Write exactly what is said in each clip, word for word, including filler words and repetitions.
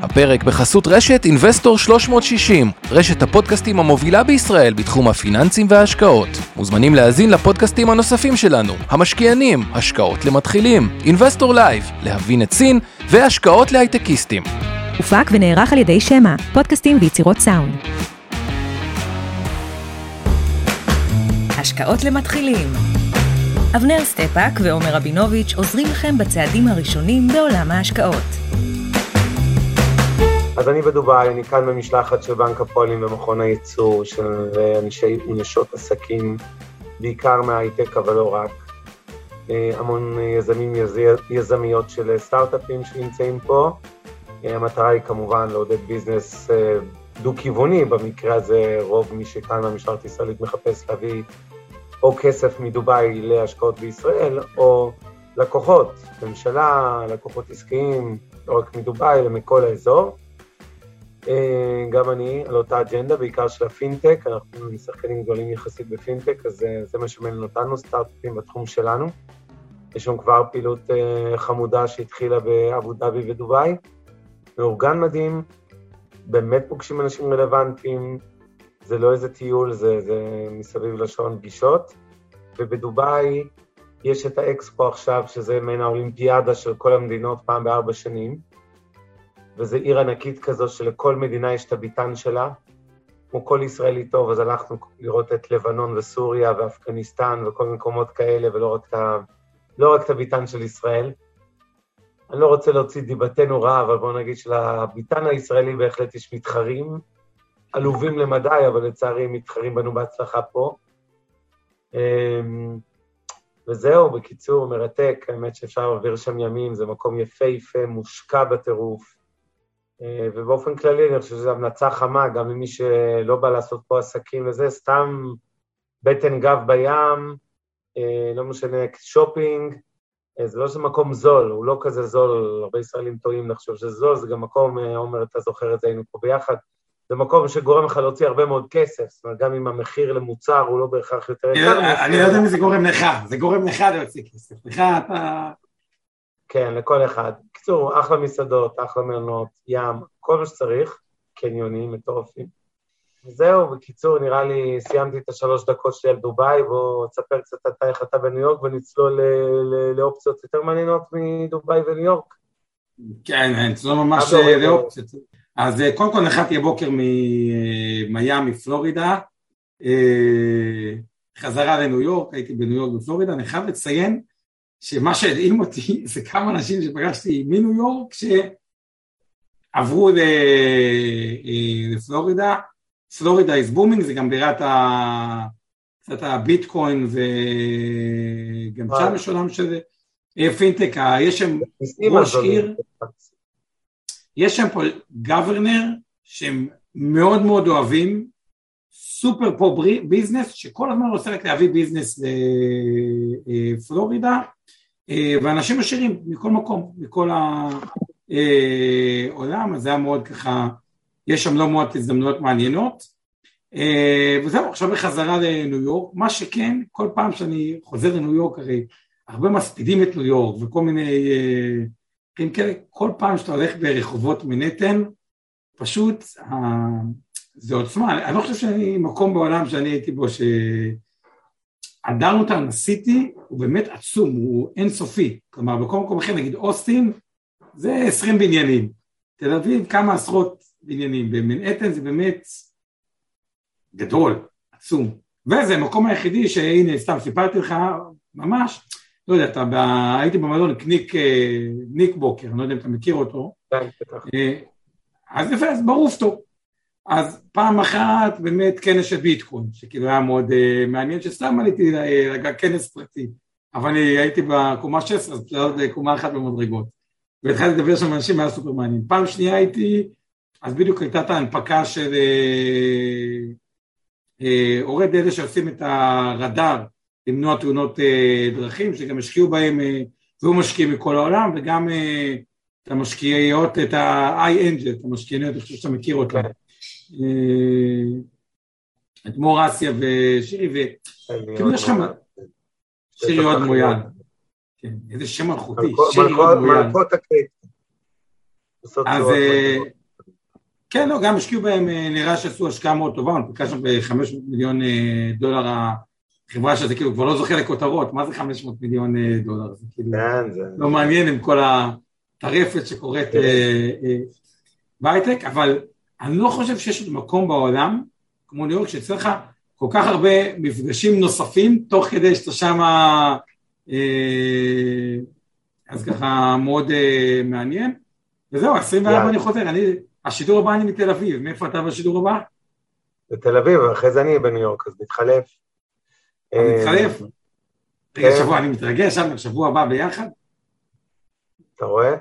הפרק בחסות רשת אינבסטור שלוש מאות שישים, רשת הפודקאסטים המובילה בישראל בתחום הפיננסים וההשקעות. מוזמנים להאזין לפודקאסטים הנוספים שלנו, המשקיענים, השקעות למתחילים, אינבסטור לייב, להבין את סין והשקעות להייטקיסטים. הופק ונערך על ידי שמה, פודקאסטים ויצירות סאונד. השקעות למתחילים. אבנר סטפאק ועומר רבינוביץ' עוזרים לכם בצעדים הראשונים בעולם ההשקעות. אז אני בדוביי, אני כאן במשלחת של בנק הפועלים ומכון הייצור של אנשי ונשות עסקים, בעיקר מההייטק אבל לא רק. המון יזמים יזמיות של סטארט-אפים שנמצאים פה. המטרה היא כמובן לעודד ביזנס דו-כיווני, במקרה הזה רוב מי שכאן במשלחת ישראלית מחפש להביא או כסף מדוביי להשקעות בישראל, או לקוחות, ממשלה, לקוחות עסקיים, לא רק מדוביי, אלא מכל האזור. גם אני על אותה אג'נדה, בעיקר של הפינטק, אנחנו משחקנים גדולים יחסית בפינטק, אז זה מה שמעניין אותנו, סטארט-אפים בתחום שלנו. יש שם כבר פעילות חמודה שהתחילה באבו דאבי ודוביי, מאורגן מדהים, באמת פוגשים אנשים רלוונטיים, זה לא איזה טיול, זה, זה מסביב לשעון פגישות, ובדוביי יש את האקספו עכשיו, שזה מעין האולימפיאדה של כל המדינות פעם בארבע שנים, וזה עיר ענקית כזו שלכל מדינה יש את הביטן שלה, כמו כל ישראלי טוב, אז הלכנו לראות את לבנון וסוריה ואפגניסטן וכל מקומות כאלה, ולא רק את, ה, לא רק את הביטן של ישראל. אני לא רוצה להוציא דיבתנו רע, אבל בואו נגיד שלביטן הישראלי בהחלט יש מתחרים, עלובים למדי, אבל לצערי מתחרים בנו בהצלחה פה. וזהו, בקיצור, מרתק, האמת שאפשר להעביר שם ימים, זה מקום יפה יפה, מושקע בטירוף, ובאופן כללי אני חושב שזו המלצה חמה, גם למי שלא בא לעשות פה עסקים וזה, סתם בטן גב בים, לא משנה, שופינג, זה לא שזה מקום זול, הוא לא כזה זול, הרבה ישראלים טועים לחשוב שזה זול, זה גם מקום, עומר, אתה זוכר את זה, היינו פה ביחד, זה מקום שגורם לך להוציא הרבה מאוד כסף, זאת אומרת, גם אם המחיר למוצר הוא לא בהכרח יותר... אני לא יודע אם זה גורם לך, זה גורם לך להוציא כסף, לך אתה... כן, לכל אחד. בקיצור, אחלה מסעדות, אחלה מלונות, ים, כל מה שצריך, קניונים, מטורפים. וזהו, בקיצור, נראה לי, סיימתי את השלוש דקות שלי על דוביי, בואו תספר קצת אתה איך אתה בניו יורק, ונצלול לאופציות יותר מעניינות מדוביי וניו יורק. כן, זה לא ממש לאופציות. אז קודם כל נחתי הבוקר ממיימי, פלורידה, חזרה לניו יורק, הייתי בניו יורק בפלורידה, אני חייב לציין שמה שהדהים אותי זה כמה אנשים שפגשתי מניו יורק שעברו לפלורידה, פלורידה is booming, זה גם בירת קצת הביטקוין וגם שם יש עולם של פינטק, יש שם ראש עיר, יש שם פה גוורנר שהם מאוד מאוד אוהבים, סופר פה ביזנס, שכל הזמן רוצה רק להביא ביזנס לפלורידה, ואנשים עשירים מכל מקום, מכל העולם, אז זה היה מאוד ככה, יש שם לא מאוד הזדמנויות מעניינות, וזהו, עכשיו בחזרה לניו יורק, מה שכן, כל פעם שאני חוזר לניו יורק, הרי הרבה מספידים את ניו יורק, וכל מיני... כן, כן, כל פעם שאתה הולך ברחובות מנהטן, פשוט, זה עוצמה, אני לא חושב שאני מקום בעולם שאני הייתי בו, שהדאונטאון הסיטי הוא באמת עצום, הוא אינסופי, כלומר, בכל מקום אחר, נגיד אוסטין, זה עשרים בניינים, תל אביב כמה עשרות בניינים, במנהטן זה באמת גדול, עצום, וזה המקום היחידי שהנה, סתם סיפרתי לך, ממש, לא יודע, אתה בא... הייתי במלון קניק, ניק בוקר, אני לא יודע אם אתה מכיר אותו. אז יפה, אז ברופטו. אז פעם אחת באמת כנס של ביטקוין, שכאילו היה מאוד uh, מעניין, שסתם עליתי לגע כנס פרטי, אבל אני הייתי בקומה שש עשרה, אז פשוט בקומה אחת במדרגות. והתחלתי לדבר שם אנשים היה סופר מעניין. פעם שנייה הייתי, אז בדיוק הייתה את ההנפקה של אורי דדה שעושים את הרדאר, למנוע תאונות דרכים, שגם השקיעו בהם, והוא משקיע מכל העולם, וגם את המשקיעיות, את ה-iAngel, את המשקיעניות, אני חושב שאתה מכיר אותה. את מור אסיה ושירי, וכאילו יש לכם, שירי עוד מויאל. כן, איזה שם מלכותי, שירי עוד מויאל. אז כן, לא, גם השקיעו בהם, נראה שעשו השקעה מאוד טובה, נפקה שם ב-חמש מאות מיליון דולר החברה שזה כאילו כבר לא זוכה לכותרות, מה זה חמש מאות מיליון דולר? זה כאילו לא מעניין עם כל הטרפת שקורית בהייטק, אבל אני לא חושב שיש מקום בעולם, כמו ניו יורק, שצריך כל כך הרבה מפגשים נוספים, תוך כדי שאתה שם, אז ככה מאוד מעניין, וזהו, עשרים וארבע אני חוזר, אני, השידור הבא אני מתל אביב, מאיפה אתה בשידור הבא? בתל אביב, אחרי זה אני בניו יורק, אז מתחלף. מתחלף? רגע, שבוע, אני מתרגש, שבוע הבא ביחד? אתה רואה?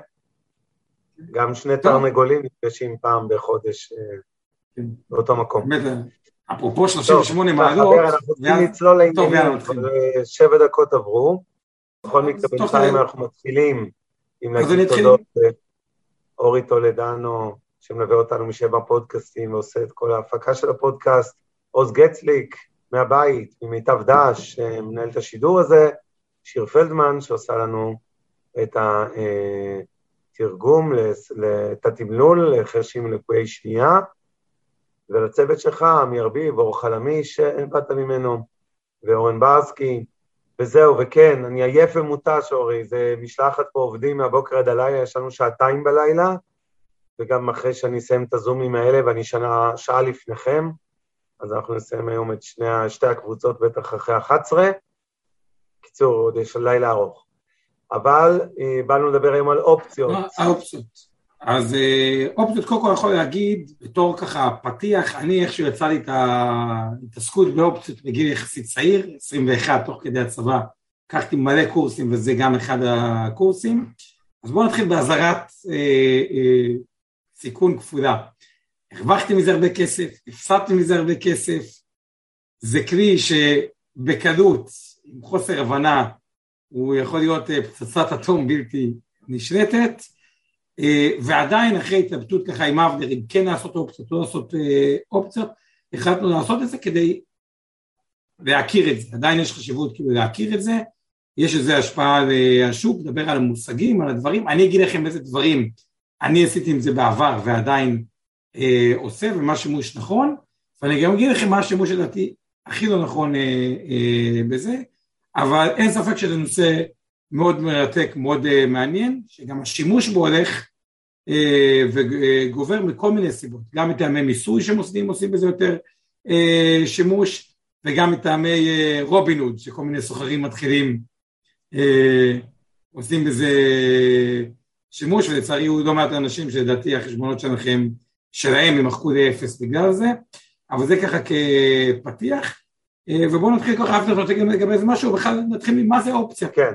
גם שני תרנגולים נפגשים פעם בחודש באותו מקום. אפרופו שלושים ושמונה מעלות, אנחנו צריכים לצלול לעניינים, שבע דקות עברו, בכל מקרה בינתיים אנחנו מתחילים עם להגיד תודות אורי טולדנו, שמלווה אותנו משבע פודקאסטים ועושה את כל ההפקה של הפודקאסט, עוז גצליק מהבית, ממיטב דש, מנהל את השידור הזה, שיר פלדמן שעושה לנו את התרגום, את התמלול לחרשים לקויי שמיעה, ולצוות שלך, אמיר ביב, אור חלמי, שאין באת ממנו, ואורן ברסקי, וזהו, וכן, אני עייף ומותש, אורי, זה משלחת פה עובדים מהבוקר עד הלילה, יש לנו שעתיים בלילה, וגם אחרי שאני אסיים את הזומים האלה, ואני שנה, שעה לפניכם, אז אנחנו נסיים היום את שני, שתי הקבוצות, בטח אחרי אחת עשרה, קיצור, עוד יש לילה ארוך. אבל באנו לדבר היום על אופציות. האופציות. אז אופציות, קודם כל יכול להגיד, בתור ככה פתיח, אני איכשהו יצא לי את ההתעסקות באופציות בגיל יחסית צעיר, עשרים ואחת, תוך כדי הצבא, לקחתי מלא קורסים, וזה גם אחד הקורסים. אז בואו נתחיל בהזהרת אה, אה, סיכון כפולה. הרווחתי מזה הרבה כסף, הפסדתי מזה הרבה כסף, זה כלי שבקלות, עם חוסר הבנה, הוא יכול להיות פצצת אטום בלתי נשלטת, ועדיין אחרי התלבטות ככה עם אבנר, אם כן לעשות אופציות, לא לעשות אופציות, החלטנו לעשות את זה כדי להכיר את זה, עדיין יש חשיבות כאילו להכיר את זה, יש איזו השפעה על השוק, לדבר על המושגים, על הדברים, אני אגיד לכם איזה דברים, אני עשיתי עם זה בעבר ועדיין אה, עושה, ומה שימוש נכון, ואני גם אגיד לכם מה השימוש שלדעתי הכי לא נכון אה, אה, בזה, אבל אין ספק שזה נושא מאוד מרתק, מאוד uh, מעניין, שגם השימוש בו הולך uh, וגובר מכל מיני סיבות, גם מטעמי מיסוי שמוסדים עושים בזה יותר uh, שימוש, וגם מטעמי uh, רובינהוד, שכל מיני סוחרים מתחילים uh, עושים בזה שימוש, ולצערי הוא לא מעט אנשים שלדעתי החשבונות שלכם, שלהם הם מחקו לאפס בגלל זה, אבל זה ככה כפתיח, ובואו נתחיל ככה, אף אחד גם לגבי איזה משהו, בכלל נתחיל ממה זה אופציה. כן,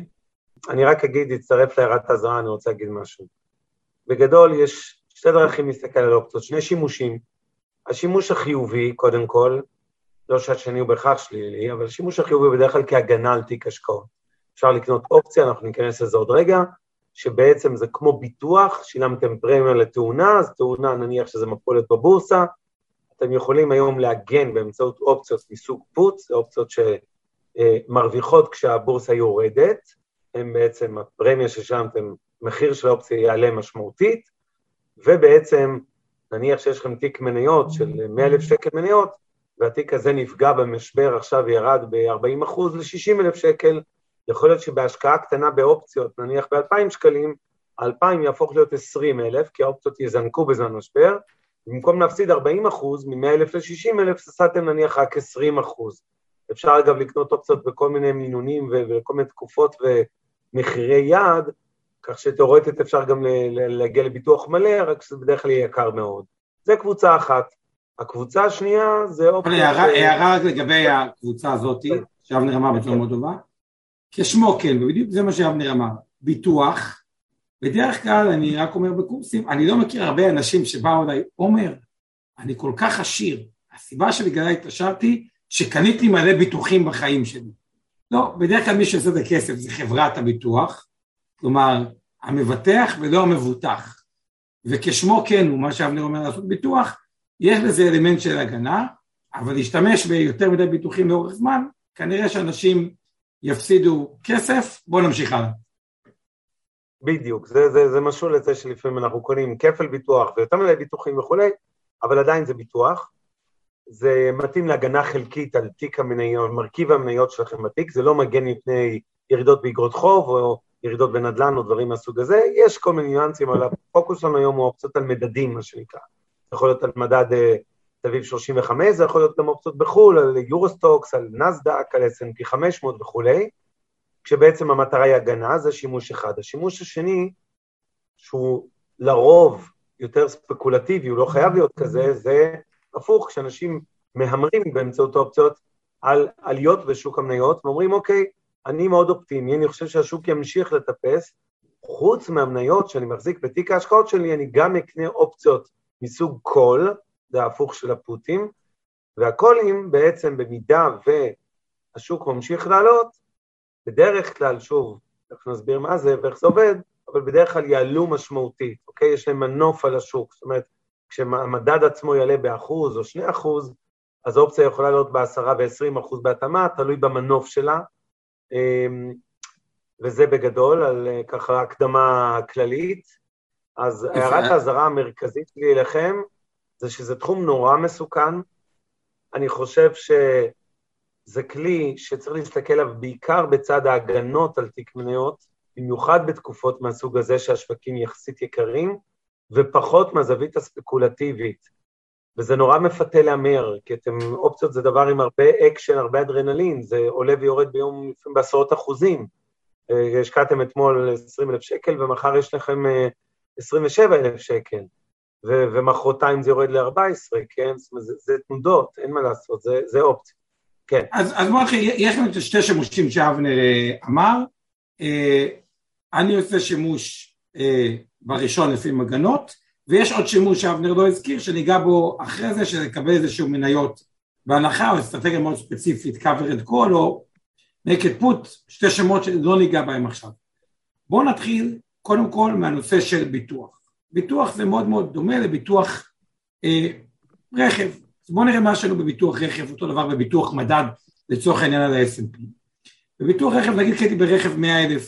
אני רק אגיד, הצטרף להערת האזהרה, אני רוצה להגיד משהו. בגדול יש שתי דרכים להסתכל על אופציות, שני שימושים. השימוש החיובי, קודם כל, לא שהשני הוא בהכרח שלילי, אבל השימוש החיובי בדרך כלל כהגנה על תיק השקעות. אפשר לקנות אופציה, אנחנו ניכנס לזה עוד רגע, שבעצם זה כמו ביטוח, שילמתם פרמיה לתאונה, אז תאונה נניח שזה מפולת בבורסה, אתם יכולים היום להגן באמצעות אופציות מסוג פוץ, אופציות שמרוויחות כשהבורסה יורדת, הם בעצם הפרמיה ששמתם, מחיר של האופציה יעלה משמעותית, ובעצם נניח שיש לכם תיק מניות של מאה אלף שקל מניות, והתיק הזה נפגע במשבר, עכשיו ירד ב-ארבעים אחוז ל-שישים אלף שקל, יכול להיות שבהשקעה קטנה באופציות, נניח ב-אלפיים שקלים, אלפיים יהפוך להיות עשרים אלף, כי האופציות יזנקו בזמן משבר, במקום להפסיד ארבעים אחוז, מ-מאה אלף ל-שישים אלף, עשיתם נניח רק עשרים אחוז. אפשר אגב לקנות אופציות בכל מיני מינונים וכל מיני תקופות ומחירי יעד, כך שתיאורטית אפשר גם להגיע לביטוח מלא, רק שזה בדרך כלל יהיה יקר מאוד. זה קבוצה אחת. הקבוצה השנייה זה אופציה... הערה רק לגבי הקבוצה הזאת, שאבנר אמר בצורה מאוד טובה, כשמו כן, ובדיוק זה מה שאבנר אמר, ביטוח, בדרך כלל אני רק אומר בקורסים, אני לא מכיר הרבה אנשים שבאו אליי, אומר, אני כל כך עשיר, הסיבה שבגללה התעשרתי, שקניתי מלא ביטוחים בחיים שלי. לא, בדרך כלל מי שעושה את הכסף זה חברת הביטוח, כלומר, המבטח ולא המבוטח. וכשמו כן, ומה שאבנר אומר לעשות ביטוח, יש לזה אלמנט של הגנה, אבל להשתמש ביותר מדי ביטוחים לאורך זמן, כנראה שאנשים יפסידו כסף, בואו נמשיך הלאה. בדיוק, זה, זה, זה משהו לזה שלפעמים אנחנו קונים כפל ביטוח ויותר מלא ביטוחים וכולי, אבל עדיין זה ביטוח. זה מתאים להגנה חלקית על תיק המניות, מרכיב המניות שלכם בתיק, זה לא מגן מפני ירידות באגרות חוב או ירידות בנדל"ן או דברים מהסוג הזה, יש כל מיני ניואנסים, אבל הפוקוס שלנו היום הוא אופציות על מדדים, מה שנקרא. זה יכול להיות על מדד תל אביב שלושים וחמש, זה יכול להיות גם אופציות בחול, על יורוסטוקס, על נסדק, על אס אנד פי חמש מאות וכולי, כשבעצם המטרה היא הגנה, זה שימוש אחד. השימוש השני, שהוא לרוב יותר ספקולטיבי, הוא לא חייב להיות כזה, זה הפוך, כשאנשים מהמרים באמצעות האופציות על עליות בשוק המניות, ואומרים, אוקיי, אני מאוד אופטימי, אני חושב שהשוק ימשיך לטפס, חוץ מהמניות שאני מחזיק בתיק ההשקעות שלי, אני גם אקנה אופציות מסוג קול, זה ההפוך של הפוטים, והקולים בעצם במידה והשוק ממשיך לעלות, בדרך כלל, שוב, אנחנו נסביר מה זה ואיך זה עובד, אבל בדרך כלל יעלו משמעותית, אוקיי? יש להם מנוף על השוק, זאת אומרת, כשהמדד עצמו יעלה באחוז או שני אחוז, אז האופציה יכולה להיות בעשרה ועשרים אחוז בהתאמה, תלוי במנוף שלה, וזה בגדול, על ככה הקדמה כללית. אז הערת ההזרה המרכזית שלי אליכם, זה שזה תחום נורא מסוכן, אני חושב שזה כלי שצריך להסתכל עליו בעיקר בצד ההגנות על תיק מניות, במיוחד בתקופות מהסוג הזה שהשווקים יחסית יקרים, ופחות מהזווית הספקולטיבית. וזה נורא מפתה להמר, כי אתם, אופציות זה דבר עם הרבה אקשן, הרבה אדרנלין, זה עולה ויורד ביום בעשרות אחוזים. השקעתם אתמול עשרים אלף שקל, ומחר יש לכם עשרים ושבעה אלף שקל, ו- ומחרתיים זה יורד ל-ארבע עשרה, כן? זאת אומרת, זה, זה תנודות, אין מה לעשות, זה, זה אופציה. כן. אז, אז בוא נתחיל, יש לנו שתי שימושים שאבנר אמר, אני עושה שימוש בראשון לפי מגנות, ויש עוד שימוש שאבנר לא הזכיר, שניגע בו אחרי זה, שנקבל איזשהו מניות בהנחה, או אסטרטגיה מאוד ספציפית, covered call, או naked put, שתי שמות שלא ניגע בהם עכשיו. בואו נתחיל, קודם כל, מהנושא של ביטוח. ביטוח זה מאוד מאוד דומה לביטוח אה, רכב. אז בואו נראה מה שלנו בביטוח רכב, אותו דבר בביטוח מדד, לצורך העניין על ה-אס אנד פי. בביטוח רכב, נגיד קטי ברכב מאה אלף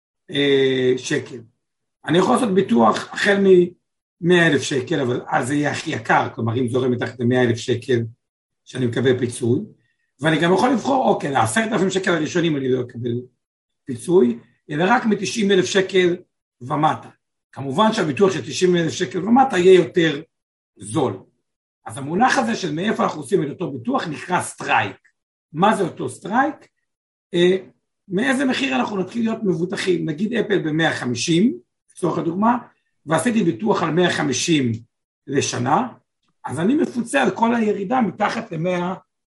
אה, שקל. אני יכול לעשות ביטוח החל מ-מאה אלף שקל, אבל אז זה יהיה הכי יקר, כלומר אם זורם מתחת ל-מאה אלף שקל שאני מקבל פיצוי, ואני גם יכול לבחור, אוקיי, ל-עשרת אלפים שקל הראשונים אני לא אקבל פיצוי, אלא רק מ-תשעים אלף שקל ומטה. כמובן שהביטוח של תשעים אלף שקל ומטה יהיה יותר זול. אז המונח הזה של מאיפה אנחנו עושים את אותו ביטוח נקרא סטרייק. מה זה אותו סטרייק? אה, מאיזה מחיר אנחנו נתחיל להיות מבוטחים? נגיד אפל ב-מאה וחמישים, לצורך הדוגמה, ועשיתי ביטוח על מאה וחמישים לשנה, אז אני מפוצה על כל הירידה מתחת ל-מאה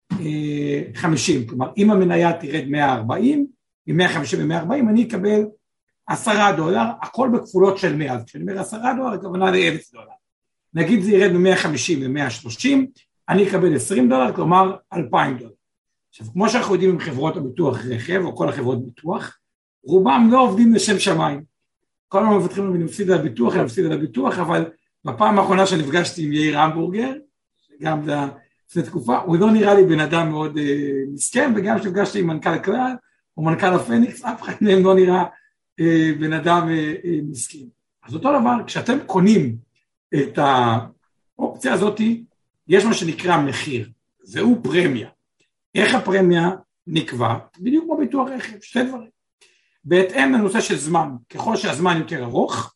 וחמישים. כלומר, אם המניה תרד מאה וארבעים, מ-מאה וחמישים ל-מאה וארבעים, אני אקבל עשרה דולר, הכל בכפולות של מאה. כשאני אומר עשרה דולר, הכוונה ל-אפס דולר. נגיד זה ירד מ-מאה וחמישים ל-מאה ושלושים, אני אקבל עשרים דולר, כלומר אלפיים דולר. עכשיו, כמו שאנחנו יודעים עם חברות הביטוח רכב, או כל החברות ביטוח, רובם לא עובדים לשם שמיים. כל הזמן מבטחים לנו ונפסיד על הביטוח, נפסיד על הביטוח, אבל בפעם האחרונה שנפגשתי עם יאיר המבורגר, גם לפני תקופה, הוא לא נראה לי בן אדם מאוד אה, מסכן, וגם שנפגשתי עם מנכ"ל כלל, או מנכ"ל הפניקס, אף אחד מהם לא נראה אה, בן אדם אה, אה, מסכן. אז אותו דבר, כשאתם קונים את האופציה הזאת, יש מה שנקרא מחיר, והוא פרמיה. איך הפרמיה נקבע? בדיוק כמו ביטוח רכב, שתי דברים. בהתאם לנושא של זמן, ככל שהזמן יותר ארוך,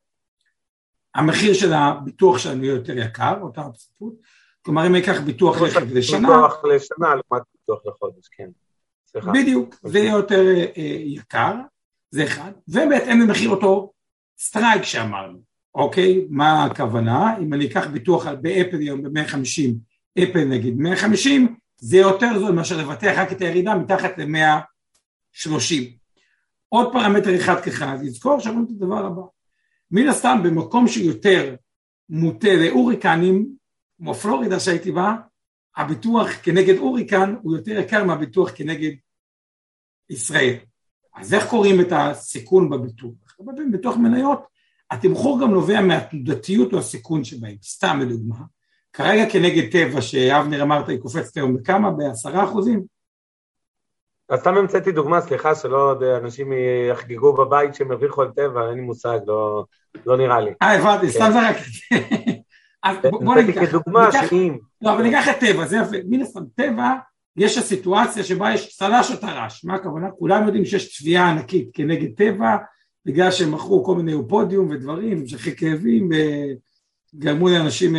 המחיר של הביטוח שלנו יהיה יותר יקר, אותה הפספות, כלומר אם יקח ביטוח רכב לשנה, ביטוח לשנה לעומת ביטוח לחודש, כן. סליחה. בדיוק, זה יהיה יותר אה, יקר, זה אחד, ובהתאם למחיר אותו סטרייק שאמרנו, אוקיי? מה הכוונה? אם אני אקח ביטוח באפל היום ב-מאה וחמישים, אפל נגיד מאה וחמישים, זה יותר זול מאשר לבטח רק את הירידה מתחת ל-מאה ושלושים. עוד פרמטר אחד ככה, לזכור שאומרים את הדבר הבא. מן הסתם במקום שיותר מוטה להוריקנים, כמו פלורידה שהייתי בה, הביטוח כנגד הוריקן הוא יותר יקר מהביטוח כנגד ישראל. אז איך קוראים את הסיכון בביטוח? בביטוח מניות, התמחור גם נובע מהתנודתיות או הסיכון שבהם. סתם לדוגמה, כרגע כנגד טבע שאבנר אמרת היא קופצת היום בכמה? בעשרה אחוזים? אז סתם המצאתי דוגמה, סליחה שלא אנשים יחגגו בבית שהם הרוויחו על טבע, אין לי מושג, לא, לא נראה לי. אה, הבנתי, סתם זרק את זה. אז בוא ניקח. כדוגמה שאם... לא, אבל ניקח את טבע, זה יפה. מן הסתם, טבע, יש הסיטואציה שבה יש צל"ש או טר"ש. מה הכוונה? כולם יודעים שיש תביעה ענקית כנגד טבע, בגלל שהם מכרו כל מיני פודיום ודברים, משכי כאבים, וגרמו לאנשים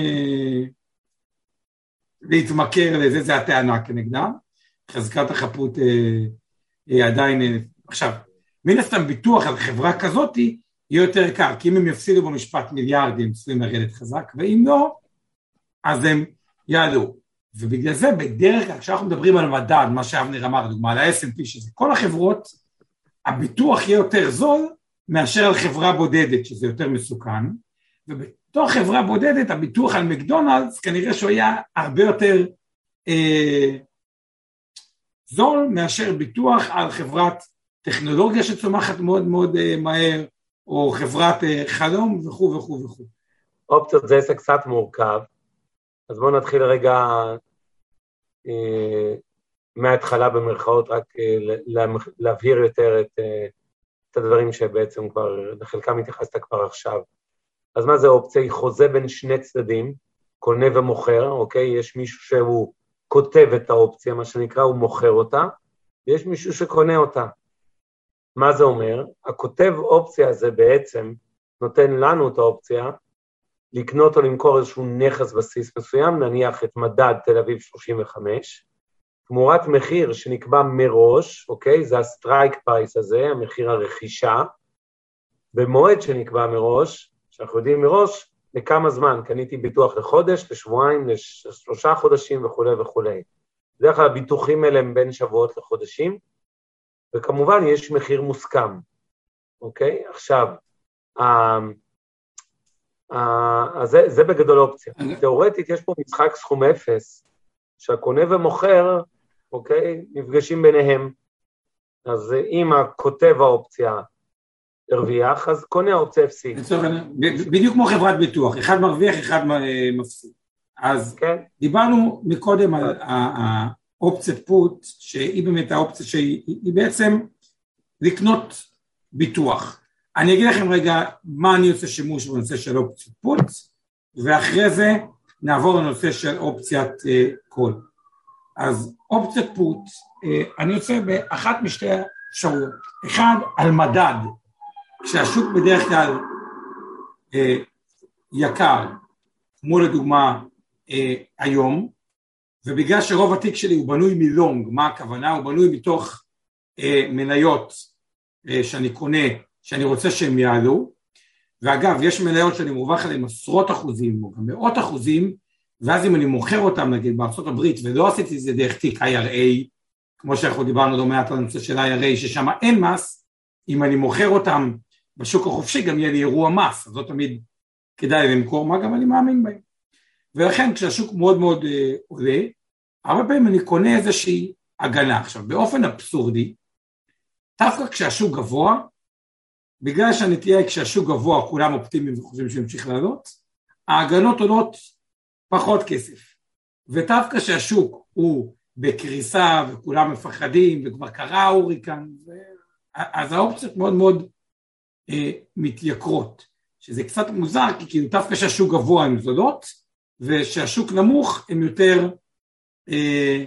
להתמכר לזה, זה הטענה כנגדם. חזקת החפות אה, אה, עדיין, אה, עכשיו, מן הסתם ביטוח על חברה כזאת יהיה יותר קר, כי אם הם יפסידו במשפט מיליארדים, צפויים לרדת חזק, ואם לא, אז הם יעלו. ובגלל זה, בדרך כלל, כשאנחנו מדברים על מדד, מה שאבנר אמר, דוגמה, על ה-אס אנד פי, שזה כל החברות, הביטוח יהיה יותר זול, מאשר על חברה בודדת, שזה יותר מסוכן, ובתוך חברה בודדת, הביטוח על מקדונלדס, כנראה שהוא היה הרבה יותר, אה, זול מאשר ביטוח על חברת טכנולוגיה שצומחת מאוד מאוד מהר, או חברת חלום וכו' וכו' וכו'. אופציות זה עסק קצת מורכב, אז בואו נתחיל רגע אה, מההתחלה במרכאות, רק אה, להבהיר יותר את, אה, את הדברים שבעצם כבר, לחלקם התייחסת כבר עכשיו. אז מה זה אופציה? היא חוזה בין שני צדדים, קונה ומוכר, אוקיי? יש מישהו שהוא כותב את האופציה, מה שנקרא, הוא מוכר אותה, ויש מישהו שקונה אותה. מה זה אומר? הכותב אופציה הזה בעצם נותן לנו את האופציה, לקנות או למכור איזשהו נכס בסיס מסוים, נניח את מדד תל אביב שלושים וחמש, תמורת מחיר שנקבע מראש, אוקיי? זה הסטרייק פרייס הזה, המחיר הרכישה, במועד שנקבע מראש, שאנחנו יודעים מראש, לכמה זמן, קניתי ביטוח לחודש, לשבועיים, לשלושה חודשים וכו' וכו'. בדרך כלל הביטוחים האלה הם בין שבועות לחודשים, וכמובן יש מחיר מוסכם, אוקיי? עכשיו, אה, אה, זה, זה בגדול אופציה. תיאורטית יש פה משחק סכום אפס, שהקונה ומוכר, אוקיי, נפגשים ביניהם. אז אם הכותב האופציה הרוויח, אז קונה האופציה הפסיד. בדיוק כמו חברת ביטוח, אחד מרוויח, אחד מפסיד. אז דיברנו מקודם על האופציית פוט, שהיא באמת האופציה שהיא בעצם לקנות ביטוח. אני אגיד לכם רגע מה אני עושה שימוש בנושא של אופציית פוט, ואחרי זה נעבור לנושא של אופציית קול. אז אופציית פוט, אני עושה באחת משתי אפשרויות. אחד, על מדד, כשהשוק בדרך כלל אה, יקר, כמו לדוגמה אה, היום, ובגלל שרוב התיק שלי הוא בנוי מלונג, מה הכוונה? הוא בנוי מתוך אה, מניות אה, שאני קונה, שאני רוצה שהם יעלו, ואגב, יש מניות שאני מרווח עליהם עשרות אחוזים, או גם מאות אחוזים, ואז אם אני מוכר אותם, נגיד, בארצות הברית, ולא עשיתי את זה דרך תיק איי אר איי, כמו שאנחנו דיברנו לא מעט על הנושא של איי אר איי, ששם אין מס, אם אני מוכר אותם בשוק החופשי, גם יהיה לי אירוע מס, אז לא תמיד כדאי למכור מה גם אני מאמין בהם. ולכן כשהשוק מאוד מאוד אה, עולה, הרבה פעמים אני קונה איזושהי הגנה. עכשיו, באופן אבסורדי, דווקא כשהשוק גבוה, בגלל שהנטייה היא כשהשוק גבוה, כולם אופטימיים וחושבים שימשיך לעלות, ההגנות עולות פחות כסף. ודווקא כשהשוק הוא בקריסה וכולם מפחדים, וכבר קרה הוריקן, ו... אז האופציות מאוד מאוד אה, מתייקרות, שזה קצת מוזר, כי כאילו דווקא שהשוק גבוה הן זולות, ושהשוק נמוך הן יותר אה,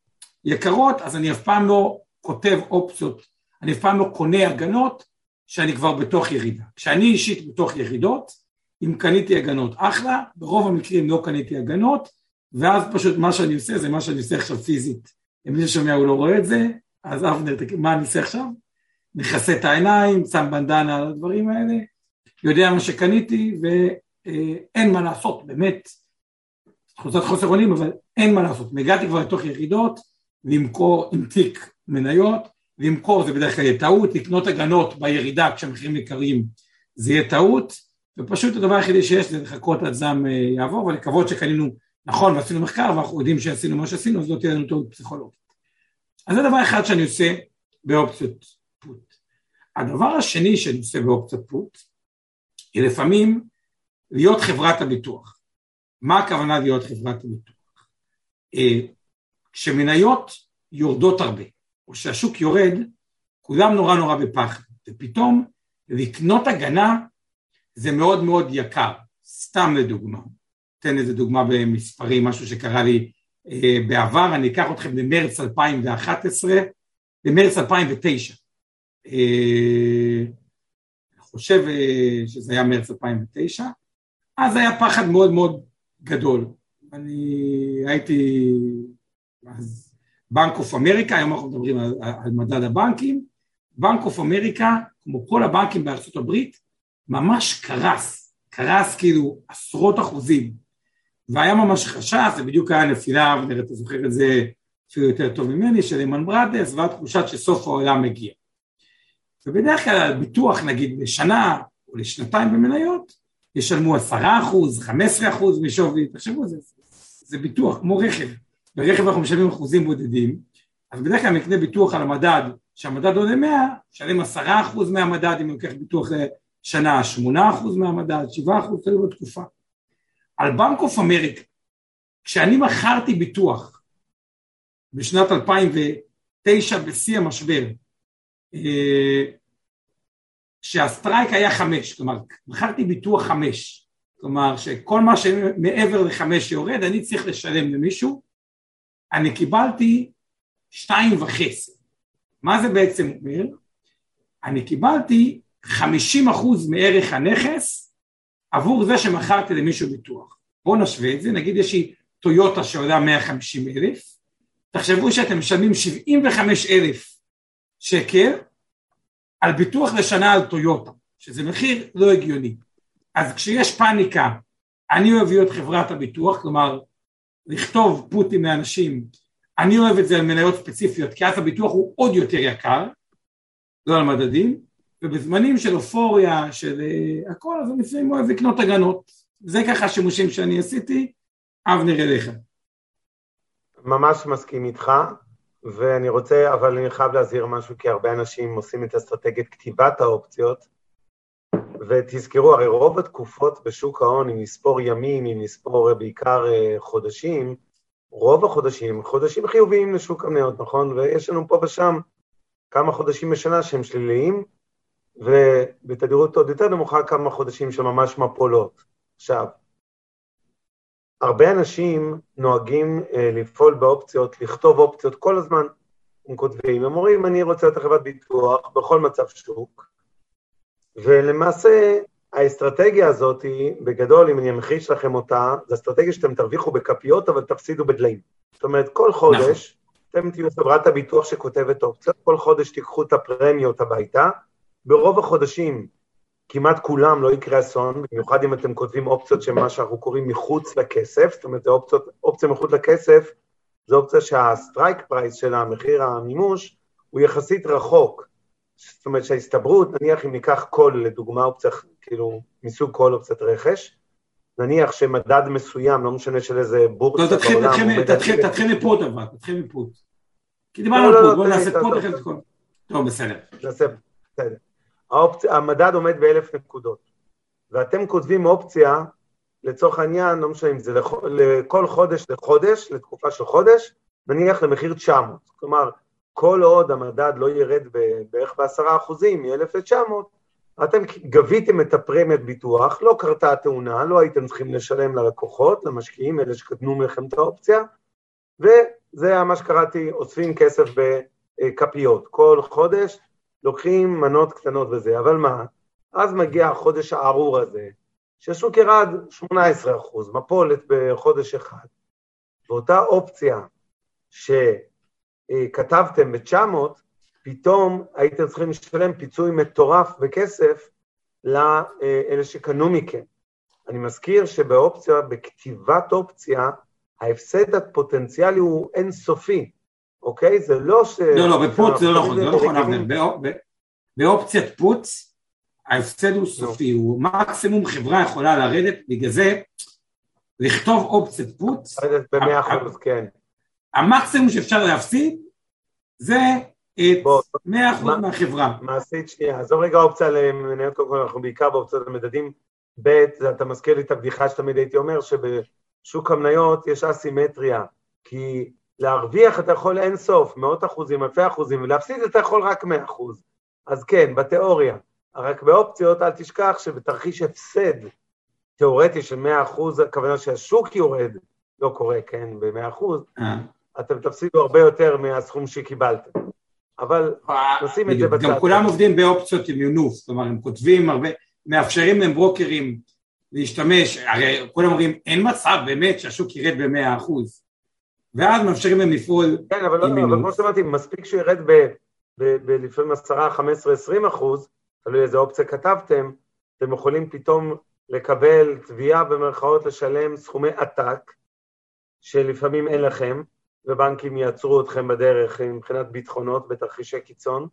יקרות, אז אני אף פעם לא כותב אופציות, אני אף פעם לא קונה הגנות, שאני כבר בתוך ירידה. כשאני אישית בתוך ירידות, אם קניתי הגנות אחלה, ברוב המקרים לא קניתי הגנות, ואז פשוט מה שאני עושה, זה מה שאני עושה עכשיו פיזית. אם מי ששומע הוא לא רואה את זה, אז אבנר, מה אני עושה עכשיו? נכסה את העיניים, שם בנדנה על הדברים האלה, יודע מה שקניתי, ואין מה לעשות, באמת, חוזרת חוסר עולים, אבל אין מה לעשות. מגעתי כבר לתוך ירידות, למכור עם תיק מניות, למכור זה בדרך כלל יהיה טעות, לקנות הגנות בירידה כשהמחירים יקרים, זה יהיה טעות, ופשוט הדבר היחידי שיש זה לחכות עד זעם יעבור, ולקוות שקנינו נכון ועשינו מחקר, ואנחנו יודעים שעשינו מה שעשינו, אז לא תהיה לנו טעות פסיכולוגית. אז זה דבר אחד שאני עושה באופציות פוט. הדבר השני שאני עושה באופציות פוט, היא לפעמים להיות חברת הביטוח. מה הכוונה להיות חברת הביטוח? כשמניות יורדות הרבה, או שהשוק יורד, כולם נורא נורא בפחד, ופתאום לקנות הגנה זה מאוד מאוד יקר, סתם לדוגמה, תן איזה דוגמה במספרים, משהו שקרה לי אה, בעבר, אני אקח אתכם למרץ אלפיים ואחת עשרה, למרץ אלפיים ותשע, אה, אני חושב אה, שזה היה מרץ אלפיים ותשע, אז היה פחד מאוד מאוד גדול, אני הייתי, אז בנק אוף אמריקה, היום אנחנו מדברים על, על מדד הבנקים, בנק אוף אמריקה, כמו כל הבנקים בארצות הברית, ממש קרס, קרס כאילו עשרות אחוזים, והיה ממש חשש, זה בדיוק היה נפילה, ונראה, אתה זוכר את זה אפילו יותר טוב ממני, של לימן ברדרס, והיה תחושת שסוף העולם מגיע. ובדרך כלל ביטוח, נגיד, לשנה או לשנתיים במניות, ישלמו עשרה אחוז, חמישה עשר אחוז משווי, תחשבו, זה, זה ביטוח, כמו רכב, ברכב אנחנו משלמים אחוזים בודדים, אז בדרך כלל מקנה ביטוח על המדד, שהמדד עולה מאה, שלם עשרה אחוז מהמדד, אם לוקח ביטוח לשנה, שמונה אחוז מהמדד, שבעה אחוז, תלוי בתקופה. על בנק אוף אמריקה, כשאני מכרתי ביטוח, בשנת אלפיים ותשע בשיא המשבר, שהסטרייק היה חמש, כלומר, מכרתי ביטוח חמש, כלומר, שכל מה שמעבר לחמש יורד, אני צריך לשלם למישהו, אני קיבלתי שתיים וחצי. מה זה בעצם אומר? אני קיבלתי חמישים אחוז מערך הנכס, עבור זה שמכרתי למישהו ביטוח. בואו נשווה את זה, נגיד יש לי טויוטה שעולה מאה וחמישים אלף, תחשבו שאתם משלמים שבעים וחמישה אלף שקל, על ביטוח לשנה על טויוטה, שזה מחיר לא הגיוני. אז כשיש פאניקה, אני אוהב להיות חברת הביטוח, כלומר, לכתוב פוטים לאנשים, אני אוהב את זה על מניות ספציפיות, כי אז הביטוח הוא עוד יותר יקר, לא על מדדים, ובזמנים של אופוריה, של uh, הכל, אז אני לפעמים אוהב לקנות הגנות. זה ככה שימושים שאני עשיתי, אבנר אליך. ממש מסכים איתך, ואני רוצה, אבל אני חייב להזהיר משהו, כי הרבה אנשים עושים את אסטרטגיית כתיבת האופציות, ותזכרו, הרי רוב התקופות בשוק ההון, אם נספור ימים, אם נספור בעיקר חודשים, רוב החודשים, חודשים חיוביים לשוק המניות, נכון? ויש לנו פה ושם כמה חודשים בשנה שהם שליליים, ובתדירות עוד יותר נמוכה כמה חודשים שממש מפולות. עכשיו, הרבה אנשים נוהגים אה, לפעול באופציות, לכתוב אופציות כל הזמן, הם כותבים, הם אומרים, אני רוצה להיות חברת ביטוח בכל מצב שוק, ולמעשה האסטרטגיה הזאת, בגדול, אם אני אמחיש לכם אותה, זו אסטרטגיה שאתם תרוויחו בכפיות, אבל תפסידו בדליים. זאת אומרת, כל חודש, אתם תהיו חברת הביטוח שכותבת אופציות, כל חודש תיקחו את הפרמיות הביתה, ברוב החודשים, כמעט כולם לא יקרה אסון, במיוחד אם אתם כותבים אופציות שמה שאנחנו קוראים מחוץ לכסף, זאת אומרת, אופציות, אופציה מחוץ לכסף, זו אופציה שהסטרייק פרייס של המחיר המימוש, הוא יחסית רחוק. זאת אומרת שההסתברות, נניח אם ניקח כל, לדוגמה אופציה, כאילו, מסוג כל אופציית רכש, נניח שמדד מסוים, לא משנה של איזה בורסה בעולם... תתחיל מפות אבל, תתחיל מפות. כי דיברנו על פות, בואו נעשה פות אחרי זה כל... טוב, בסדר. נעשה, בסדר. המדד עומד באלף נקודות, ואתם כותבים אופציה, לצורך העניין, לא משנה אם זה לכל חודש לחודש, לתקופה של חודש, נניח למחיר תשע מאות, כלומר, כל עוד המדד לא ירד בערך בעשרה אחוזים, מ-אלף ל-תשע מאות, אתם גביתם את הפרמיית ביטוח, לא קרתה התאונה, לא הייתם צריכים לשלם ללקוחות, למשקיעים, אלה שקדמו מלכם את האופציה, וזה מה שקראתי, אוספים כסף בכפיות, כל חודש, לוקחים מנות קטנות וזה, אבל מה? אז מגיע החודש הארור הזה, ששוק ירד שמונה עשרה אחוז, מפולת בחודש אחד, ואותה אופציה שכתבתם ב-תשע מאות, פתאום הייתם צריכים לשלם פיצוי מטורף בכסף לאלה שקנו מכם. אני מזכיר שבאופציה, בכתיבת אופציה, ההפסד הפוטנציאלי הוא אינסופי, אוקיי? זה לא ש... לא, לא, בפוט זה לא נכון, זה לא נכון, אבנר. באופציית פוט, ההפסד הוא סופי, הוא מקסימום חברה יכולה לרדת, בגלל זה, לכתוב אופציית פוט, ב-מאה אחוז, כן. המקסימום שאפשר להפסיד, זה את מאה אחוז מהחברה. מעשית שנייה, זו רגע אופציה למניות, קודם כל אנחנו בעיקר באופציות המדדים, ב' אתה מזכיר לי את הבדיחה שתמיד הייתי אומר, שבשוק המניות יש אסימטריה, כי להרוויח אתה יכול אין סוף, מאות אחוזים, אלפי אחוזים, ולהפסיד אתה יכול רק מאה אחוז. אז כן, בתיאוריה. רק באופציות אל תשכח שבתרחיש הפסד תיאורטי של מאה אחוז, הכוונה שהשוק יורד, לא קורה, כן, ב-מאה אחוז, אתם תפסידו הרבה יותר מהסכום שקיבלתם. אבל נשים את זה בצד. גם כולם עובדים באופציות עם מינוף, זאת אומרת, הם כותבים הרבה, מאפשרים להם ברוקרים להשתמש, הרי כולם אומרים, אין מצב באמת שהשוק ירד ב-מאה אחוז, ואז מאפשרים להם לפעול כן, אבל עם מינוף. אבל כמו שאמרתי, מספיק שירד לפעמים עשרה, חמש עשרה, עשרים אחוז, תלוי איזה אופציה כתבתם, אתם יכולים פתאום לקבל תביעה במרכאות לשלם סכומי עתק, שלפעמים אין לכם, ובנקים יעצרו אתכם בדרך מבחינת ביטחונות בתרחישי קיצון,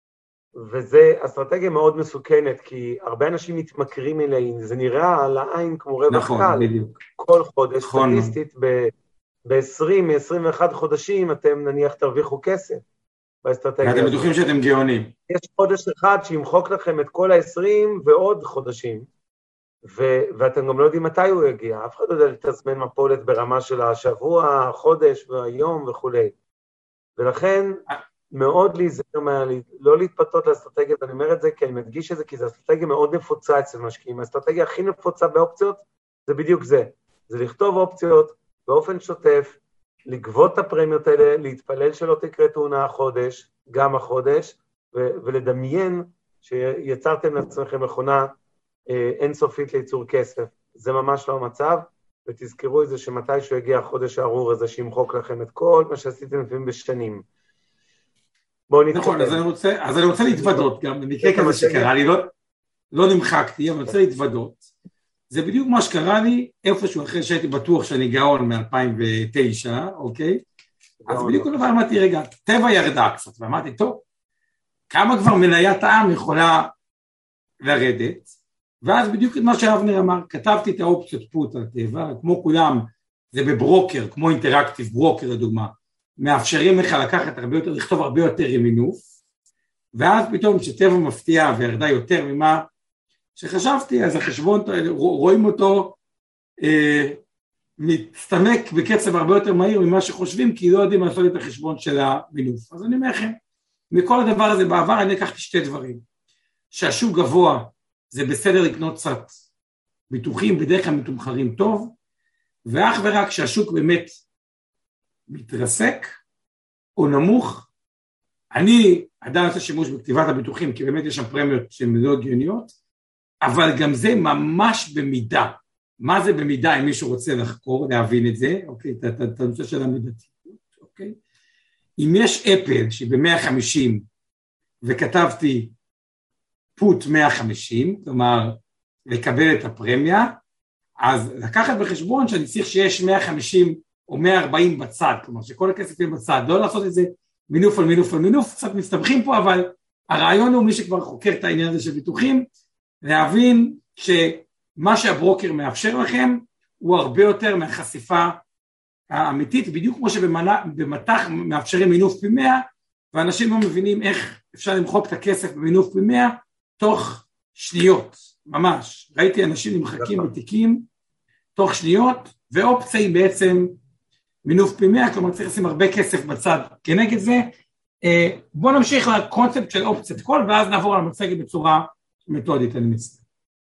וזה אסטרטגיה מאוד מסוכנת, כי הרבה אנשים מתמכרים אליהם, זה נראה על העין כמו רווח נכון, קל, בדיוק. כל חודש, נכון. סטטיסטית, ב-עשרים עשרים ואחד חודשים אתם נניח תרוויחו כסף באסטרטגיה. ואתם בטוחים שאתם גאונים. יש חודש אחד שימחוק לכם את כל ה-עשרים ועוד חודשים, ו- ואתם גם לא יודעים מתי הוא יגיע, אף אחד לא יודע לתזמן מפולת ברמה של השבוע, החודש והיום וכו'. ולכן מאוד להיזהר, מה, לא להתפתות לאסטרטגיה, ואני אומר את זה כי אני מדגיש את זה, כי זו אסטרטגיה מאוד נפוצה אצל משקיעים. האסטרטגיה הכי נפוצה באופציות זה בדיוק זה, זה לכתוב אופציות באופן שוטף, לגבות את הפרמיות האלה, להתפלל שלא תקרה תאונה החודש, גם החודש, ו- ולדמיין שיצרתם לעצמכם מכונה אה, אינסופית לייצור כסף. זה ממש לא המצב, ותזכרו את זה שמתישהו יגיע החודש הארור הזה שימחוק לכם את כל מה שעשיתם לפעמים בשנים. בואו נתקדם. נכון, אז אני רוצה, אז אני רוצה להתוודות גם, במקרה כזה שקרה לי, לא, לא נמחקתי, אבל אני רוצה להתוודות. זה בדיוק מה שקרה לי, איפשהו אחרי שהייתי בטוח שאני גאון מ-אלפיים ותשע, אוקיי? אז בדיוק דבר אמרתי, רגע, טבע ירדה קצת, ואמרתי, טוב, כמה כבר מניית העם יכולה לרדת, ואז בדיוק את מה שאבנר אמר, כתבתי את האופציות פוט על טבע, כמו כולם, זה בברוקר, כמו אינטראקטיב ברוקר לדוגמה, מאפשרים לך לקחת הרבה יותר, לכתוב הרבה יותר עם מינוף, ואז פתאום שטבע מפתיע וירדה יותר ממה שחשבתי, אז החשבון, רואים אותו אה, מצטמק בקצב הרבה יותר מהיר ממה שחושבים, כי לא יודעים לעשות את החשבון של המינוף. אז אני אומר לכם, מכל הדבר הזה בעבר אני לקחתי שתי דברים, שהשוק גבוה זה בסדר לקנות קצת ביטוחים, בדרך כלל מתומחרים טוב, ואך ורק שהשוק באמת מתרסק או נמוך, אני עדיין עושה שימוש בכתיבת הביטוחים, כי באמת יש שם פרמיות שהן לא הגיוניות, אבל גם זה ממש במידה. מה זה במידה אם מישהו רוצה לחקור, להבין את זה, אוקיי, את הנושא של המידתיות, אוקיי? אם יש אפל שהיא ב-מאה וחמישים, וכתבתי פוט מאה וחמישים, כלומר, לקבל את הפרמיה, אז לקחת בחשבון שאני צריך שיש מאה וחמישים או מאה וארבעים בצד, כלומר שכל הכסף יהיה בצד, לא לעשות את זה מינוף על מינוף על מינוף, קצת מסתבכים פה, אבל הרעיון הוא מי שכבר חוקר את העניין הזה של ביטוחים, להבין שמה שהברוקר מאפשר לכם, הוא הרבה יותר מהחשיפה האמיתית, בדיוק כמו שבמתח מאפשרים מינוף פי מאה, ואנשים לא מבינים איך אפשר למחוק את הכסף במינוף פי מאה, תוך שניות, ממש. ראיתי אנשים נמחקים בתיקים, תוך שניות, ואופציה היא בעצם מינוף פי מאה, כלומר צריך לשים הרבה כסף בצד כנגד זה. בואו נמשיך לקונספט של אופציית קול, ואז נעבור על המצגת בצורה מתודית, אני מצטער.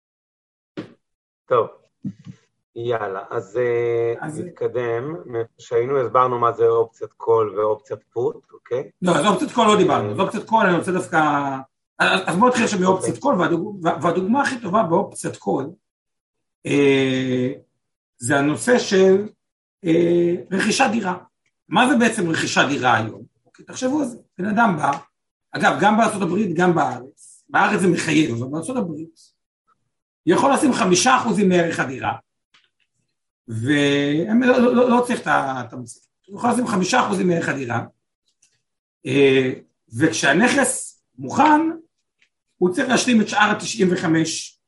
טוב, יאללה, אז, אז נתקדם, שהיינו הסברנו מה זה אופציית קול ואופציית פוט, אוקיי? לא, אז אופציית קול לא דיברנו, אז אופציית קול אני רוצה דווקא, אז בואו נתחיל שם מאופציית קול, והדוגמה הכי טובה באופציית קול, זה הנושא של רכישת דירה. מה זה בעצם רכישת דירה היום? תחשבו על זה, בן אדם בא, אגב, גם בארצות הברית, גם בארץ, בארץ זה מחייב, אבל בארצות הברית, יכול לשים חמישה אחוזים מערך הדירה, והם לא, לא, לא צריך את המסך, הוא יכול לשים חמישה אחוזים מערך הדירה, וכשהנכס מוכן, הוא צריך להשלים את שאר ה-תשעים וחמישה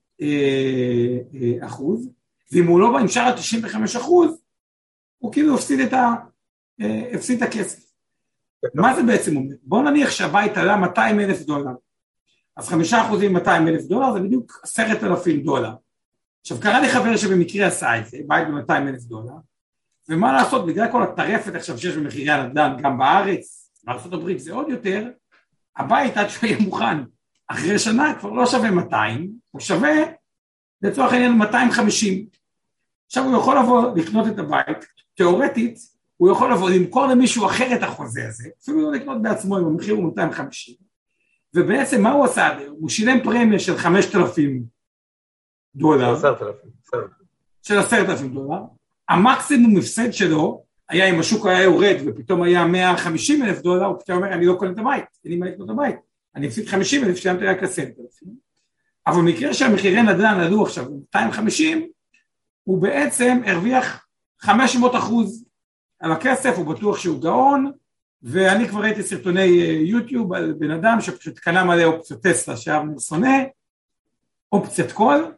אחוז, ואם הוא לא בא עם שאר ה-תשעים וחמישה אחוז, הוא כאילו הפסיד את, ה, הפסיד את הכסף. מה זה בעצם אומר? בואו נניח שהבית עלה מאתיים אלף דולר, אז חמישה אחוזים מאתיים אלף דולר, זה בדיוק עשרת אלפים דולר. עכשיו, קרא לי חבר שבמקרה עשה את זה, בית ב-מאתיים אלף דולר, ומה לעשות, בגלל כל הטרפת עכשיו שיש במחירי הנדל"ן גם בארץ, בארצות הברית זה עוד יותר, הבית עד שהוא יהיה מוכן, אחרי שנה כבר לא שווה מאתיים, הוא שווה לצורך העניין מאתיים וחמישים. עכשיו הוא יכול לבוא לקנות את הבית, תיאורטית, הוא יכול לבוא למכור למישהו אחר את החוזה הזה, אפילו לא לקנות בעצמו אם המחיר הוא מאתיים וחמישים, ובעצם מה הוא עשה? הוא שילם פרמיה של חמשת אלפים דולר, של עשרת אלפים דולר, המקסימום מפסד שלו היה אם השוק היה יורד ופתאום היה מאה וחמישים אלף דולר, הוא פתאום אומר אני לא קונה את הבית, אין לי מה לקנות את הבית, אני מפסיד חמישים אלף, שילמתי רק עשרת אלפים, אבל במקרה שהמחירי נדל"ן עלו עכשיו מאתיים וחמישים, הוא בעצם הרוויח חמש מאות אחוז על הכסף, הוא בטוח שהוא גאון, ואני כבר ראיתי סרטוני יוטיוב על בן אדם שפשוט קנה מלא אופציות טסלה שאבנר שונא, אופציית קול,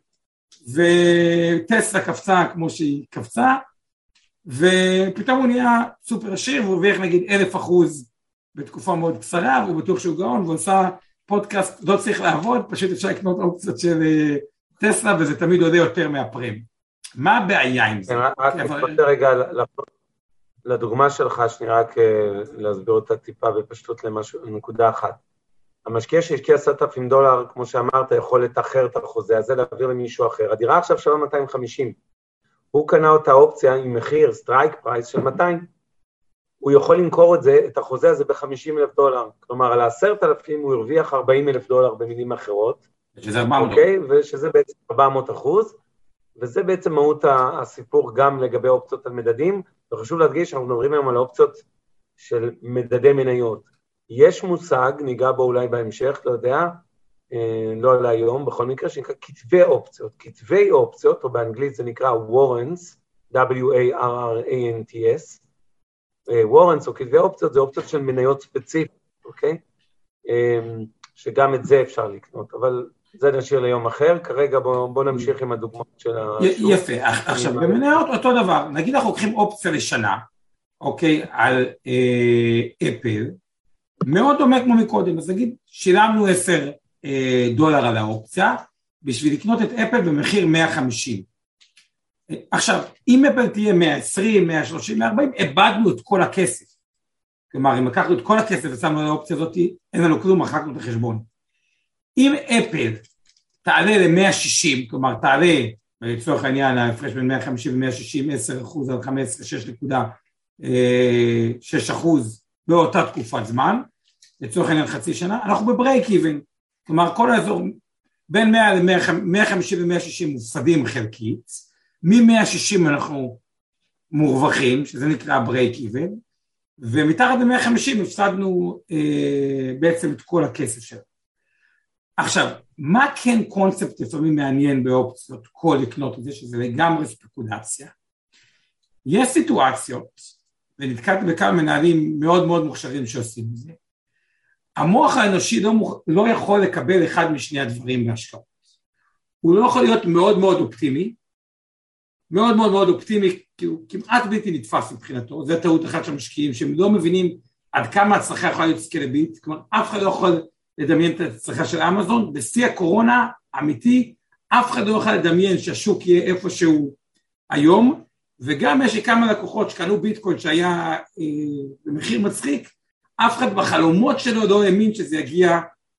וטסלה קפצה כמו שהיא קפצה, ופתאום הוא נהיה סופר עשיר, והוא הרוויח נגיד אלף אחוז בתקופה מאוד קצרה, והוא בטוח שהוא גאון, והוא עושה פודקאסט, לא צריך לעבוד, פשוט אפשר לקנות אופציות של טסלה, וזה תמיד עולה יותר מהפרם. מה הבעיה עם זה? רק נתפתר רגע לדוגמה שלך, שנראה רק להסביר אותה טיפה בפשטות לנקודה אחת. המשקיע שהשקיע עשרת אלפים דולר, כמו שאמרת, יכול לתחר את החוזה הזה, להעביר למישהו אחר. הדירה עכשיו שווה מאתיים וחמישים. הוא קנה אותה אופציה עם מחיר, סטרייק פרייס של מאתיים. הוא יכול למכור את זה, את החוזה הזה ב-חמישים אלף דולר. כלומר, על עשרת אלפים הוא הרוויח ארבעים אלף דולר במילים אחרות. שזה ארבע מאות. אוקיי? ושזה בעצם ארבע מאות אחוז. וזה בעצם מהות הסיפור גם לגבי אופציות על מדדים. וחשוב להדגיש שאנחנו מדברים היום על אופציות של מדדי מניות. יש מושג, ניגע בו אולי בהמשך, לא יודע, לא על היום, בכל מקרה, שנקרא כתבי אופציות. כתבי אופציות, או באנגלית זה נקרא warrants, W-A-R-R-A-N-T-S. warrants או כתבי אופציות, זה אופציות של מניות ספציפיות, אוקיי? שגם את זה אפשר לקנות, אבל זה נשאיר ליום אחר. כרגע בוא, בוא נמשיך עם הדוגמאות של השוק. יפה, עכשיו, במניות אותו דבר, נגיד אנחנו לוקחים אופציה לשנה, אוקיי, על אפל, מאוד דומה כמו מקודם, אז נגיד, שילמנו עשרה דולר על האופציה, בשביל לקנות את אפל במחיר מאה וחמישים. עכשיו, אם אפל תהיה מאה ועשרים, מאה ושלושים, מאה וארבעים, איבדנו את כל הכסף. כלומר, אם לקחנו את כל הכסף ושמנו על האופציה הזאת, אין לנו כלום, מחקנו את החשבון. אם אפל תעלה ל-מאה ושישים, כלומר, תעלה, לצורך העניין, ההפרש בין מאה וחמישים ו-מאה ושישים, עשרה אחוז על חמש עשרה, שש נקודה שש אחוז באותה תקופת זמן, לצורך העניין חצי שנה, אנחנו בברייק איבן, כלומר כל האזור בין מאה וחמישים ו-מאה ושישים מופסדים חלקית, מ-מאה ושישים אנחנו מורווחים, שזה נקרא ברייק איבן, ומתחת ל-מאה וחמישים הפסדנו אה, בעצם את כל הכסף שלנו. עכשיו, מה כן קונספט לפעמים מעניין באופציות, כל לקנות את זה, שזה לגמרי ספקולציה? יש סיטואציות, ונתקלתי בכמה מנהלים מאוד מאוד מוכשרים שעושים את זה, המוח האנושי לא, לא יכול לקבל אחד משני הדברים בהשקעות. הוא לא יכול להיות מאוד מאוד אופטימי, מאוד מאוד מאוד אופטימי, כי הוא כמעט בלתי נתפס מבחינתו, זה טעות אחת של משקיעים, שהם לא מבינים עד כמה הצלחה יכולה להיות סקלבית, כלומר אף אחד לא יכול לדמיין את הצלחה של אמזון, בשיא הקורונה אמיתי, אף אחד לא יכול לדמיין שהשוק יהיה איפשהו היום, וגם יש לי כמה לקוחות שקנו ביטקוין שהיה אה, במחיר מצחיק, אף אחד בחלומות שלו לא האמין שזה יגיע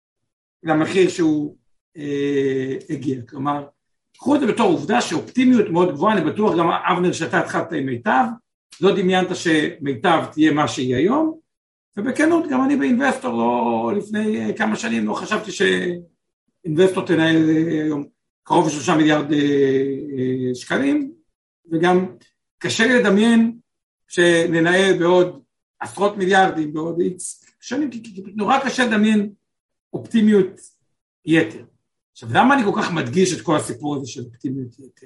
למחיר שהוא אה, הגיע. כלומר, קחו את זה בתור עובדה שאופטימיות מאוד גבוהה, אני בטוח גם אבנר שאתה התחלת עם מיטב, לא דמיינת שמיטב תהיה מה שהיא היום, ובכנות גם אני באינבסטור לא לפני כמה שנים לא חשבתי שאינבסטור תנהל היום קרוב לשלושה מיליארד אה, אה, שקלים, וגם קשה לי לדמיין שננהל בעוד עשרות מיליארדים, בעוד איקס שנים, כי, כי, כי נורא קשה לדמיין אופטימיות יתר. עכשיו, למה אני כל כך מדגיש את כל הסיפור הזה של אופטימיות יתר?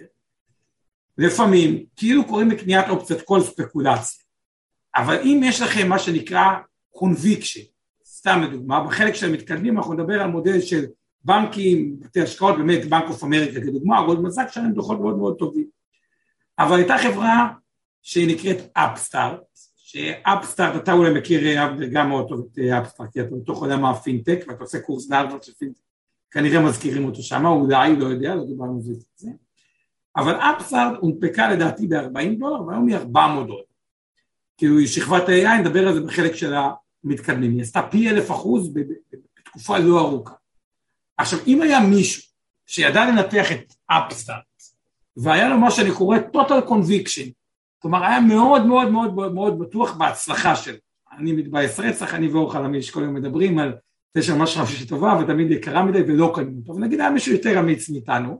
לפעמים, כאילו קוראים לקניית אופציות כל ספקולציה, אבל אם יש לכם מה שנקרא קונביקשן, סתם לדוגמה, בחלק של המתקדמים אנחנו נדבר על מודל של בנקים, בתי השקעות, באמת בנק אוף אמריקה כדוגמה, עוד מזק שלהם דוחות מאוד מאוד טובים. אבל הייתה חברה שהיא נקראת אפסטארט, שאפסטארט, אתה אולי מכיר גם מאוד טוב את אפסטארט, כי אתה בתוך עולם הפינטק, ואתה עושה קורס בהרווארד של פינטק, כנראה מזכירים אותו שם, אולי, לא יודע, לא דיברנו על זה. אבל אפסטארט הונפקה לדעתי ב-ארבעים דולר, והיום היא ארבע מאות דולר. כאילו היא שכבת איי איי, נדבר על זה בחלק של המתקדמים, היא עשתה פי אלף אחוז בתקופה לא ארוכה. עכשיו, אם היה מישהו שידע לנתח את אפסטארט, והיה לו מה שאני קורא total conviction, כלומר היה מאוד מאוד מאוד מאוד בטוח בהצלחה שלו, אני מתבאס רצח, אני ואור חלמי שכל יום מדברים על זה שממש רב שטובה ותמיד יקרה מדי ולא קנים אותו, ונגיד היה מישהו יותר אמיץ מאיתנו,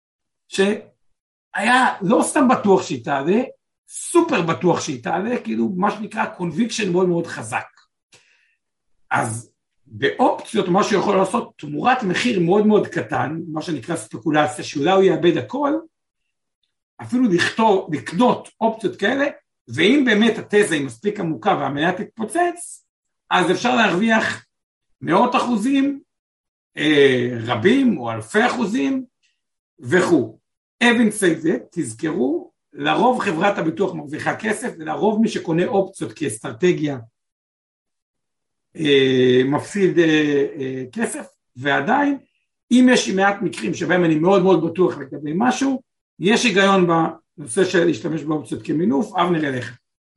שהיה לא סתם בטוח שהיא תעלה, סופר בטוח שהיא תעלה, כאילו מה שנקרא conviction מאוד מאוד חזק. אז באופציות מה שהוא יכול לעשות תמורת מחיר מאוד מאוד קטן, מה שנקרא ספקולציה, שאולי הוא יאבד הכל, אפילו לכתוב, לקנות אופציות כאלה, ואם באמת התזה היא מספיק עמוקה והמניה תתפוצץ, אז אפשר להרוויח מאות אחוזים, אה, רבים או אלפי אחוזים, וכו'. having said that, תזכרו, לרוב חברת הביטוח מרוויחה כסף, ולרוב מי שקונה אופציות כאסטרטגיה, אה, מפסיד אה, אה, כסף, ועדיין, אם יש מעט מקרים שבהם אני מאוד מאוד בטוח לגבי משהו, יש היגיון בנושא של להשתמש באופציות כמינוף, אבנר אליך.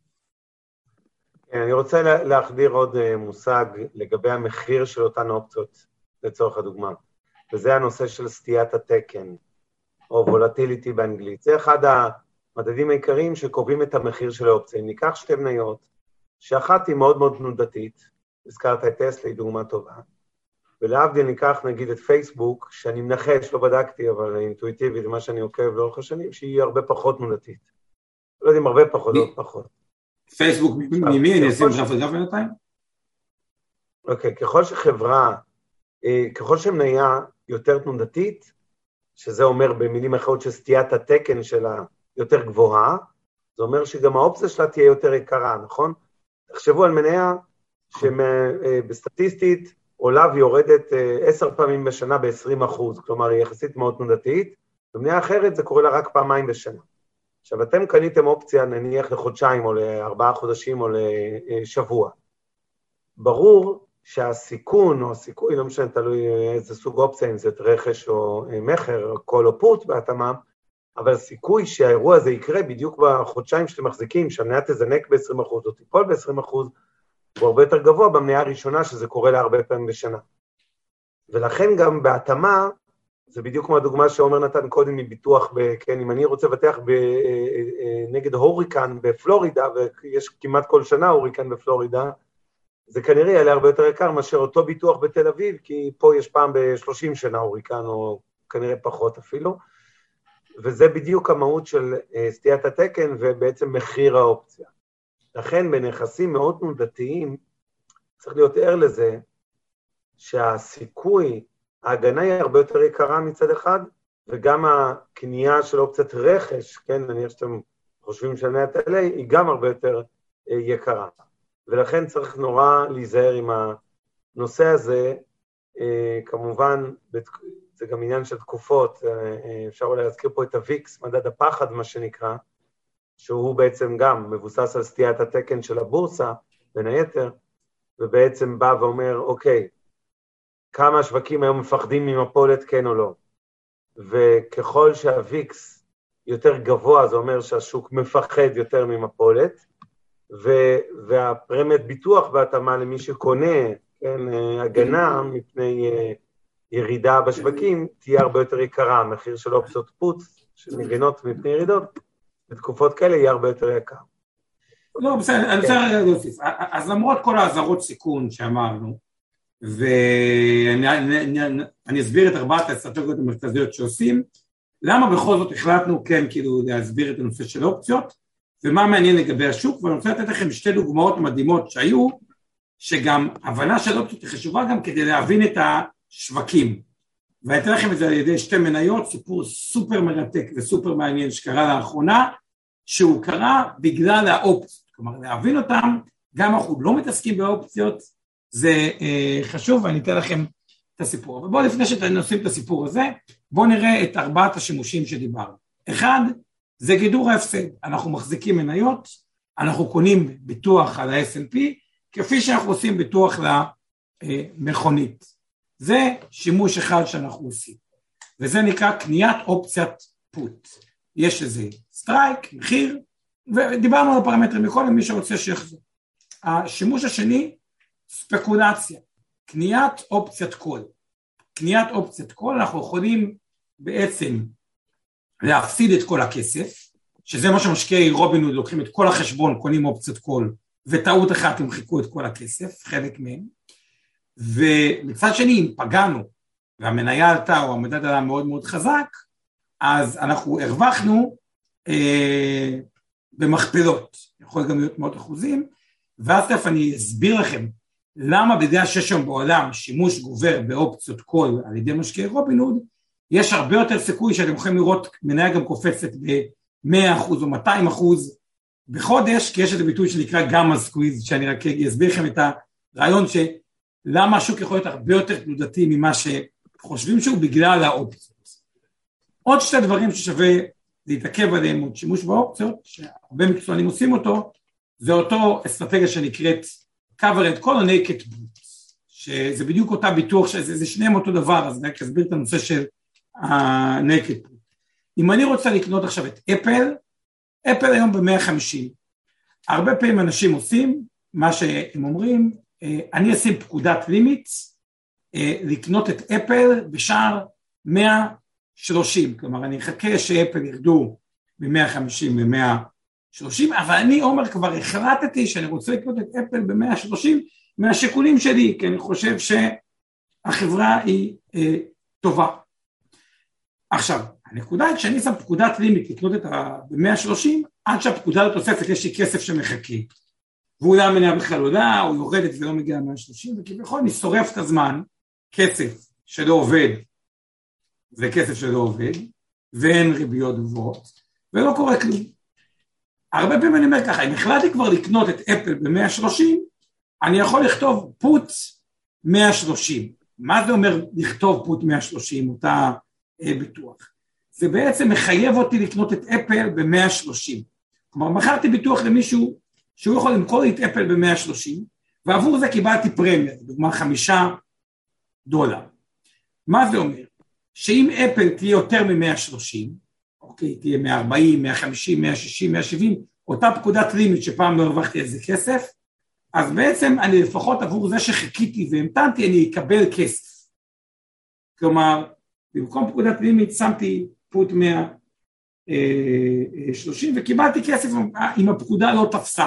אני רוצה להחדיר עוד מושג לגבי המחיר של אותן אופציות, לצורך הדוגמה, וזה הנושא של סטיית התקן, או וולטיליטי באנגלית. זה אחד המדדים העיקריים שקובעים את המחיר של האופציה. אם ניקח שתי מניות, שאחת היא מאוד מאוד תנודתית, הזכרת את טסלה, היא דוגמה טובה, ולהבדיל ניקח נגיד את פייסבוק, שאני מנחש, לא בדקתי, אבל אינטואיטיבית, מה שאני עוקב לאורך השנים, שהיא הרבה פחות תנודתית. לא יודעים, הרבה פחות, לא פחות. פייסבוק, ממי אני אשים גרף לגרף בינתיים? אוקיי, ככל שחברה, ככל שמניה יותר תנודתית, שזה אומר במילים אחרות שסטיית התקן שלה יותר גבוהה, זה אומר שגם האופציה שלה תהיה יותר יקרה, נכון? תחשבו על מניה שבסטטיסטית עולה ויורדת עשר פעמים בשנה ב-עשרים אחוז, כלומר היא יחסית מאוד תנודתית, במניה אחרת זה קורה לה רק פעמיים בשנה. עכשיו אתם קניתם אופציה נניח לחודשיים או לארבעה חודשים או לשבוע. ברור שהסיכון או הסיכוי, לא משנה, תלוי איזה סוג אופציה, אם זה רכש או מחר, כל או פוט בהתאמה, אבל הסיכוי שהאירוע הזה יקרה בדיוק בחודשיים שאתם מחזיקים, שהמניה תזנק ב-עשרים אחוז או תיפול ב-עשרים אחוז, הוא הרבה יותר גבוה במניה הראשונה, שזה קורה לה הרבה פעמים בשנה. ולכן גם בהתאמה, זה בדיוק כמו הדוגמה שעומר נתן קודם מביטוח, כן, אם אני רוצה לבטח נגד הוריקן בפלורידה, ויש כמעט כל שנה הוריקן בפלורידה, זה כנראה יעלה הרבה יותר יקר מאשר אותו ביטוח בתל אביב, כי פה יש פעם ב-שלושים שנה הוריקן, או כנראה פחות אפילו, וזה בדיוק המהות של סטיית התקן, ובעצם מחיר האופציה. לכן בנכסים מאוד תנודתיים, צריך להיות ער לזה, שהסיכוי, ההגנה היא הרבה יותר יקרה מצד אחד, וגם הקנייה של אופציית רכש, כן, נניח שאתם חושבים שהמניה תעלה, היא גם הרבה יותר יקרה. ולכן צריך נורא להיזהר עם הנושא הזה, כמובן, זה גם עניין של תקופות, אפשר אולי להזכיר פה את הוויקס, מדד הפחד, מה שנקרא, שהוא בעצם גם מבוסס על סטיית התקן של הבורסה, בין היתר, ובעצם בא ואומר, אוקיי, כמה השווקים היום מפחדים ממפולת, כן או לא. וככל שהוויקס יותר גבוה, זה אומר שהשוק מפחד יותר ממפולת, והפרמיית ביטוח בהתאמה למי שקונה, כן, הגנה מפני ירידה בשווקים, תהיה הרבה יותר יקרה. המחיר של אופציות פוט, של מגנות מפני ירידות, בתקופות כאלה יהיה הרבה יותר יקר. לא, בסדר, אני רוצה להוסיף. אז למרות כל האזהרות סיכון שאמרנו, ואני אסביר את ארבעת האסטרטגיות המרכזיות שעושים, למה בכל זאת החלטנו כן כאילו להסביר את הנושא של אופציות, ומה מעניין לגבי השוק, ואני רוצה לתת לכם שתי דוגמאות מדהימות שהיו, שגם הבנה של אופציות היא חשובה גם כדי להבין את השווקים, ואני אתן לכם את זה על ידי שתי מניות, סיפור סופר מרתק וסופר מעניין שקרה לאחרונה, שהוא קרה בגלל האופציות, כלומר להבין אותם, גם אנחנו לא מתעסקים באופציות, זה אה, חשוב, ואני אתן לכם את הסיפור. אבל בואו לפני שאתם עושים את הסיפור הזה, בואו נראה את ארבעת השימושים שדיברנו. אחד, זה גידור ההפסד. אנחנו מחזיקים מניות, אנחנו קונים ביטוח על ה-אס אנד פי, כפי שאנחנו עושים ביטוח למכונית. זה שימוש אחד שאנחנו עושים. וזה נקרא קניית אופציית פוט. יש איזה סטרייק, מחיר, ודיברנו על הפרמטרים מקודם, מי שרוצה שיחזור. השימוש השני, ספקולציה, קניית אופציית קול. קניית אופציית קול, אנחנו יכולים בעצם להפסיד את כל הכסף, שזה מה שמשקיעי רובין-הוד לוקחים את כל החשבון, קונים אופציית קול, וטעות אחת הם חיכו את כל הכסף, חלק מהם, ומצד שני, אם פגענו, והמניה עלתה או המדד עלה מאוד מאוד חזק, אז אנחנו הרווחנו אה, במכפלות, יכול גם להיות מאות אחוזים, ואז תכף אני אסביר לכם, למה בגלל שיש שם בעולם שימוש גובר באופציות קול על ידי משקיעי רובין-הוד, יש הרבה יותר סיכוי שאתם יכולים לראות מניה גם קופצת ב-מאה אחוז או מאתיים אחוז בחודש, כי יש את הביטוי שנקרא גאמה סקוויז, שאני רק אסביר לכם את הרעיון שלמה השוק יכול להיות הרבה יותר תנודתי ממה שחושבים שהוא בגלל האופציות. עוד שתי דברים ששווה להתעכב עליהם, עוד שימוש באופציות, שהרבה מקצוענים עושים אותו, זה אותו אסטרטגיה שנקראת covered call או naked put, שזה בדיוק אותה ביטוח, שזה, זה שניהם אותו דבר, אז אני אסביר את הנושא של ה-naked put. אם אני רוצה לקנות עכשיו את אפל, אפל היום ב-מאה וחמישים, הרבה פעמים אנשים עושים, מה שהם אומרים, אני אשים פקודת לימיט, לקנות את אפל בשער מאה ושלושים, כלומר אני אחכה שאפל ירדו ב-מאה וחמישים ל-מאה ושלושים, אבל אני אומר כבר החלטתי שאני רוצה לקנות את אפל ב-מאה ושלושים, מהשיקולים שלי, כי אני חושב שהחברה היא אה, טובה. עכשיו, הנקודה היא כשאני שם פקודת לימיט לקנות את ה-מאה ושלושים, עד שהפקודה לא תוספת יש לי כסף שמחכה, ואולי המניה בכלל עולה, או יורדת ולא מגיע ל-מאה ושלושים, וכביכול אני שורף את הזמן, כסף שלא עובד, זה כסף שלא עובד, ואין ריביות גבוהות, ולא קורה כלום. הרבה פעמים אני אומר ככה, אם החלטתי כבר לקנות את אפל ב-מאה ושלושים, אני יכול לכתוב פוט מאה ושלושים. מה זה אומר לכתוב פוט מאה ושלושים, אותה אה, ביטוח? זה בעצם מחייב אותי לקנות את אפל ב-מאה ושלושים. כלומר, מכרתי ביטוח למישהו שהוא יכול למכור את אפל ב-מאה ושלושים, ועבור זה קיבלתי פרמיה, דוגמה חמישה דולר. מה זה אומר? שאם אפל תהיה יותר מ-מאה ושלושים, אוקיי, תהיה מאה וארבעים, מאה וחמישים, מאה ושישים, מאה ושבעים, אותה פקודת לימיט שפעם לא הרווחתי איזה כסף, אז בעצם אני לפחות עבור זה שחיכיתי והמתנתי, אני אקבל כסף. כלומר, במקום פקודת לימיט שמתי פוט מאה ושלושים, וקיבלתי כסף אם הפקודה לא תפסה.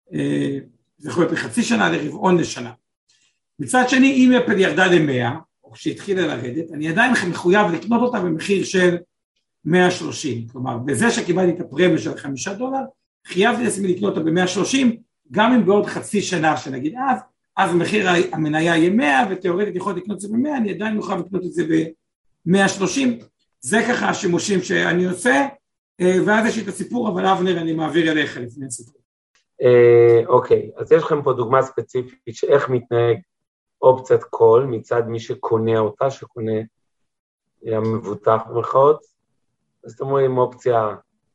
זה יכול להיות לחצי שנה, לרבעון לשנה. מצד שני, אם אפל ירדה ל-מאה, או כשהתחילה לרדת, אני עדיין מחויב לקנות אותה במחיר של מאה ושלושים. כלומר, בזה שקיבלתי את הפרמיה של חמישה דולר, חייבתי לעצמי לקנות אותה ב-מאה ושלושים, גם אם בעוד חצי שנה שנגיד אז, אז מחיר המניה יהיה מאה, ותיאורטית יכול לקנות את זה ב-מאה, אני עדיין מוכן לקנות את זה ב-מאה ושלושים, זה ככה השימושים שאני עושה, ואז יש לי את הסיפור, אבל אבנר אני מעביר אליך לפני הסיפור. אוקיי, אז יש לכם פה דוגמה ספציפית שאיך מתנהג אופציית קול מצד מי שקונה אותה, שקונה המבוטח במרכאות, אז אתם רואים אופציה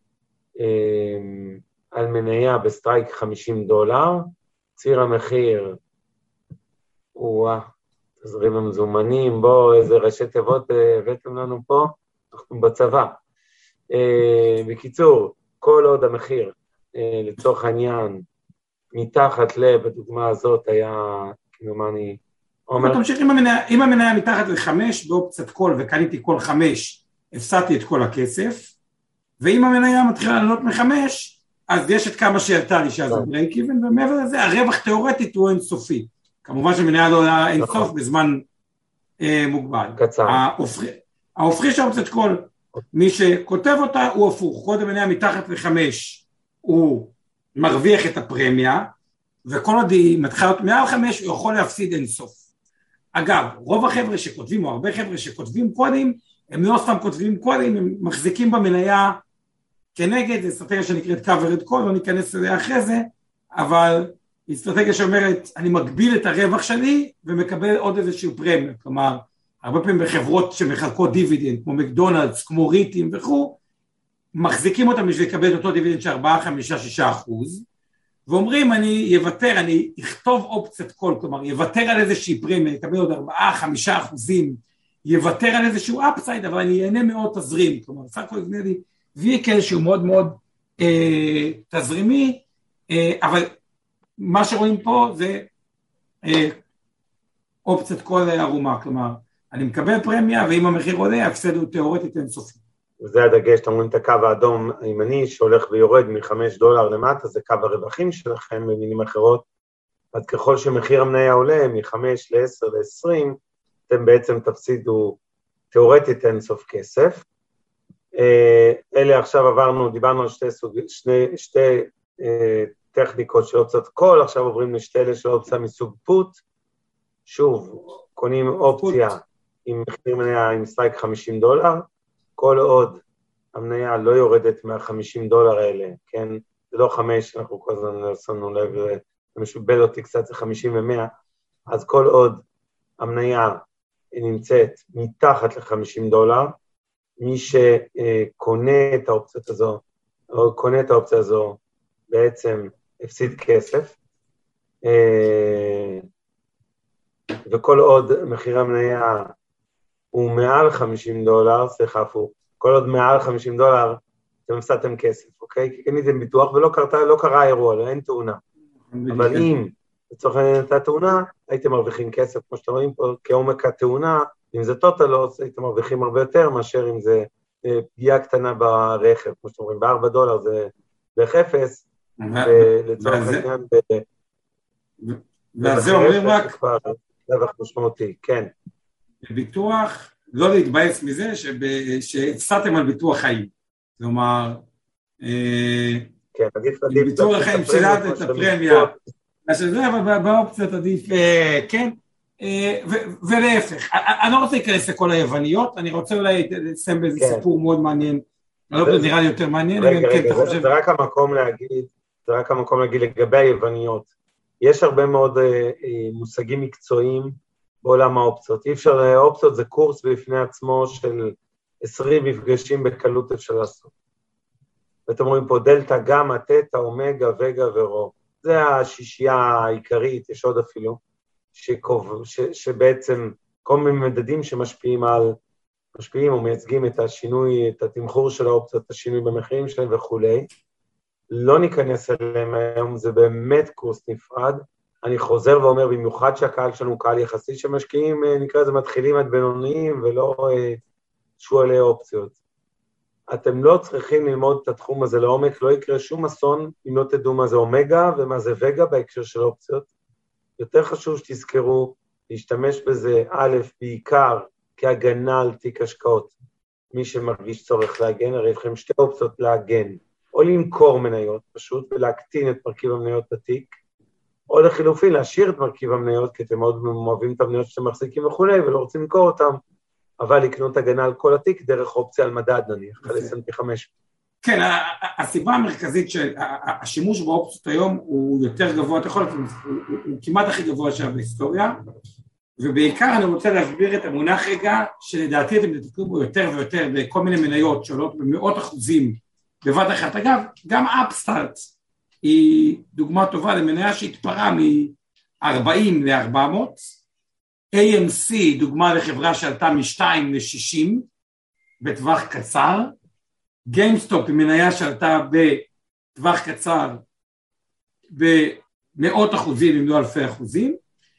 על מניה בסטרייק חמישים דולר, ציר המחיר, וואה, תזרים המזומנים, בוא איזה ראשי תיבות הבאתם לנו פה, אנחנו בצבא. בקיצור, כל עוד המחיר לצורך העניין מתחת לבדוגמה הזאת היה, כאילו מה אני אומר? תמשיך עם המניה, אם המניה מתחת לחמש באופציית קול וקניתי כל חמש, הפסדתי את כל הכסף, ואם המניה מתחילה לעלות מחמש, אז יש את כמה שירתה לי שזה ברייק איבן, ומעבר לזה הרווח תיאורטית הוא אינסופי. כמובן שמניה לא עולה אינסוף בזמן אה, מוגבל. קצר. ההופכי של אופציית קול, מי שכותב אותה הוא הפוך, קודם מניה מתחת לחמש, הוא מרוויח את הפרמיה, וכל עוד היא מתחילה מעל חמש, הוא יכול להפסיד אינסוף. אגב, רוב החבר'ה שכותבים, או הרבה חבר'ה שכותבים קודים, הם לא סתם כותבים קודים, הם מחזיקים במניה כנגד, זו אסטרטגיה שנקראת covered call, לא ניכנס אליה אחרי זה, אבל היא אסטרטגיה שאומרת, אני מגביל את הרווח שלי, ומקבל עוד איזשהו פרמיה, כלומר, הרבה פעמים בחברות שמחלקות דיבידנד, כמו מקדונלדס, כמו ריטים וכו', מחזיקים אותם בשביל לקבל את אותו דיבידנד של ארבעה, חמישה, שישה אחוז, ואומרים, אני יוותר, אני אכתוב אופציית קול, כלומר, יוותר על איזושהי פרמיה, יקבל עוד ארבעה, חמישה אחוזים, יוותר על איזשהו אפסייד, אבל אני אהנה מאוד תזרים, כלומר, סך הכל יבנה לי ויקל שהוא מאוד מאוד אה, תזרימי, אה, אבל מה שרואים פה זה אה, אופציית כל ערומה, כלומר, אני מקבל פרמיה, ואם המחיר עולה, ההפסד הוא תיאורטית אינסופי. זה הדגש, אתם רואים את הקו האדום הימני שהולך ויורד מחמש דולר למטה, זה קו הרווחים שלכם במילים אחרות, אז ככל שמחיר המניה עולה מחמש לעשר לעשרים, אתם בעצם תפסידו תיאורטית אינסוף כסף. אלה עכשיו עברנו, דיברנו על שתי, סוג, שני, שתי טכניקות של אופציית קול, עכשיו עוברים לשתי אלה של אופציה מסוג פוט, שוב, קונים אופציה עם מחיר מניה עם סטרייק חמישים דולר, כל עוד המניה לא יורדת מה-חמישים דולר האלה, כן? זה לא חמש, אנחנו כל הזמן שמנו לב, זה משבל אותי קצת, זה חמישים ומאה, אז כל עוד המניה נמצאת מתחת ל-חמישים דולר, מי שקונה את האופציה הזו, או קונה את האופציה הזו, בעצם הפסיד כסף, וכל עוד מחיר המניה הוא מעל חמישים דולר, סליחה הפוך, כל עוד מעל חמישים דולר, אתם הפסדתם כסף, אוקיי? כי קניתם ביטוח ולא קרתה, לא קרה אירוע, לא, אין תאונה. אבל אם לצורך העניין הייתה תאונה, הייתם מרוויחים כסף, כמו שאתם רואים פה, כעומק התאונה, אם זה טוטלוס, הייתם מרוויחים הרבה יותר, מאשר אם זה פגיעה קטנה ברכב, כמו שאתם אומרים, בארבע דולר זה בערך אפס, ולצורך העניין ב... ואז זה אומרים רק... רווח משמעותי, כן. ביטוח, לא להתבאס מזה שהפסדתם על ביטוח חיים. כלומר, כן, עדיף עדיף. ביטוח חיים הפסדת את הפרמיה. אז זה, אבל באופציות עדיף, כן. ולהפך, אני לא רוצה להיכנס לכל היווניות, אני רוצה אולי לסיים באיזה סיפור מאוד מעניין. לא נראה לי יותר מעניין. רגע, רגע, זה רק המקום להגיד, זה רק המקום להגיד לגבי היווניות. יש הרבה מאוד מושגים מקצועיים בעולם האופציות. אי אפשר, אופציות זה קורס בפני עצמו של עשרים מפגשים בקלות אפשר לעשות. ואתם רואים פה דלטה, גמא, תטא, אומגה, וגה ורו. זה השישייה העיקרית, יש עוד אפילו, שקוב, ש, שבעצם כל מיני מדדים שמשפיעים על, משפיעים או מייצגים את השינוי, את התמחור של האופציות, את השינוי במחירים שלהם וכולי. לא ניכנס אליהם היום, זה באמת קורס נפרד. אני חוזר ואומר, במיוחד שהקהל שלנו הוא קהל יחסי שמשקיעים, נקרא לזה מתחילים עד בינוניים ולא שואלי אופציות. אתם לא צריכים ללמוד את התחום הזה לעומק, לא יקרה שום אסון אם לא תדעו מה זה אומגה ומה זה וגה בהקשר של אופציות. יותר חשוב שתזכרו להשתמש בזה, א', בעיקר כהגנה על תיק השקעות. מי שמרגיש צורך להגן, הרי לכם שתי אופציות להגן. או למכור מניות פשוט ולהקטין את מרכיב המניות בתיק, או לחילופין להשאיר את מרכיב המניות, כי אתם מאוד אוהבים את המניות שאתם מחזיקים וכו' ולא רוצים למכור אותם, אבל לקנות הגנה על כל התיק דרך אופציה על מדד נניח, על אס אנד פי חמש. כן, הסיבה המרכזית שהשימוש באופציות היום הוא יותר גבוה, אתה יכול, הוא כמעט הכי גבוה שהיה בהיסטוריה, ובעיקר אני רוצה להסביר את המונח רגע, שלדעתי אתם תתקלו בו יותר ויותר בכל מיני מניות שעולות במאות אחוזים בבת אחת. אגב, גם אפסטארט היא דוגמה טובה למניה שהתפרה מ-ארבעים ל-ארבע מאות, איי אם סי דוגמה לחברה שעלתה מ-שתיים ל-שישים בטווח קצר, גיימסטופ היא מניה שעלתה בטווח קצר במאות אחוזים אם לא אלפי אחוזים,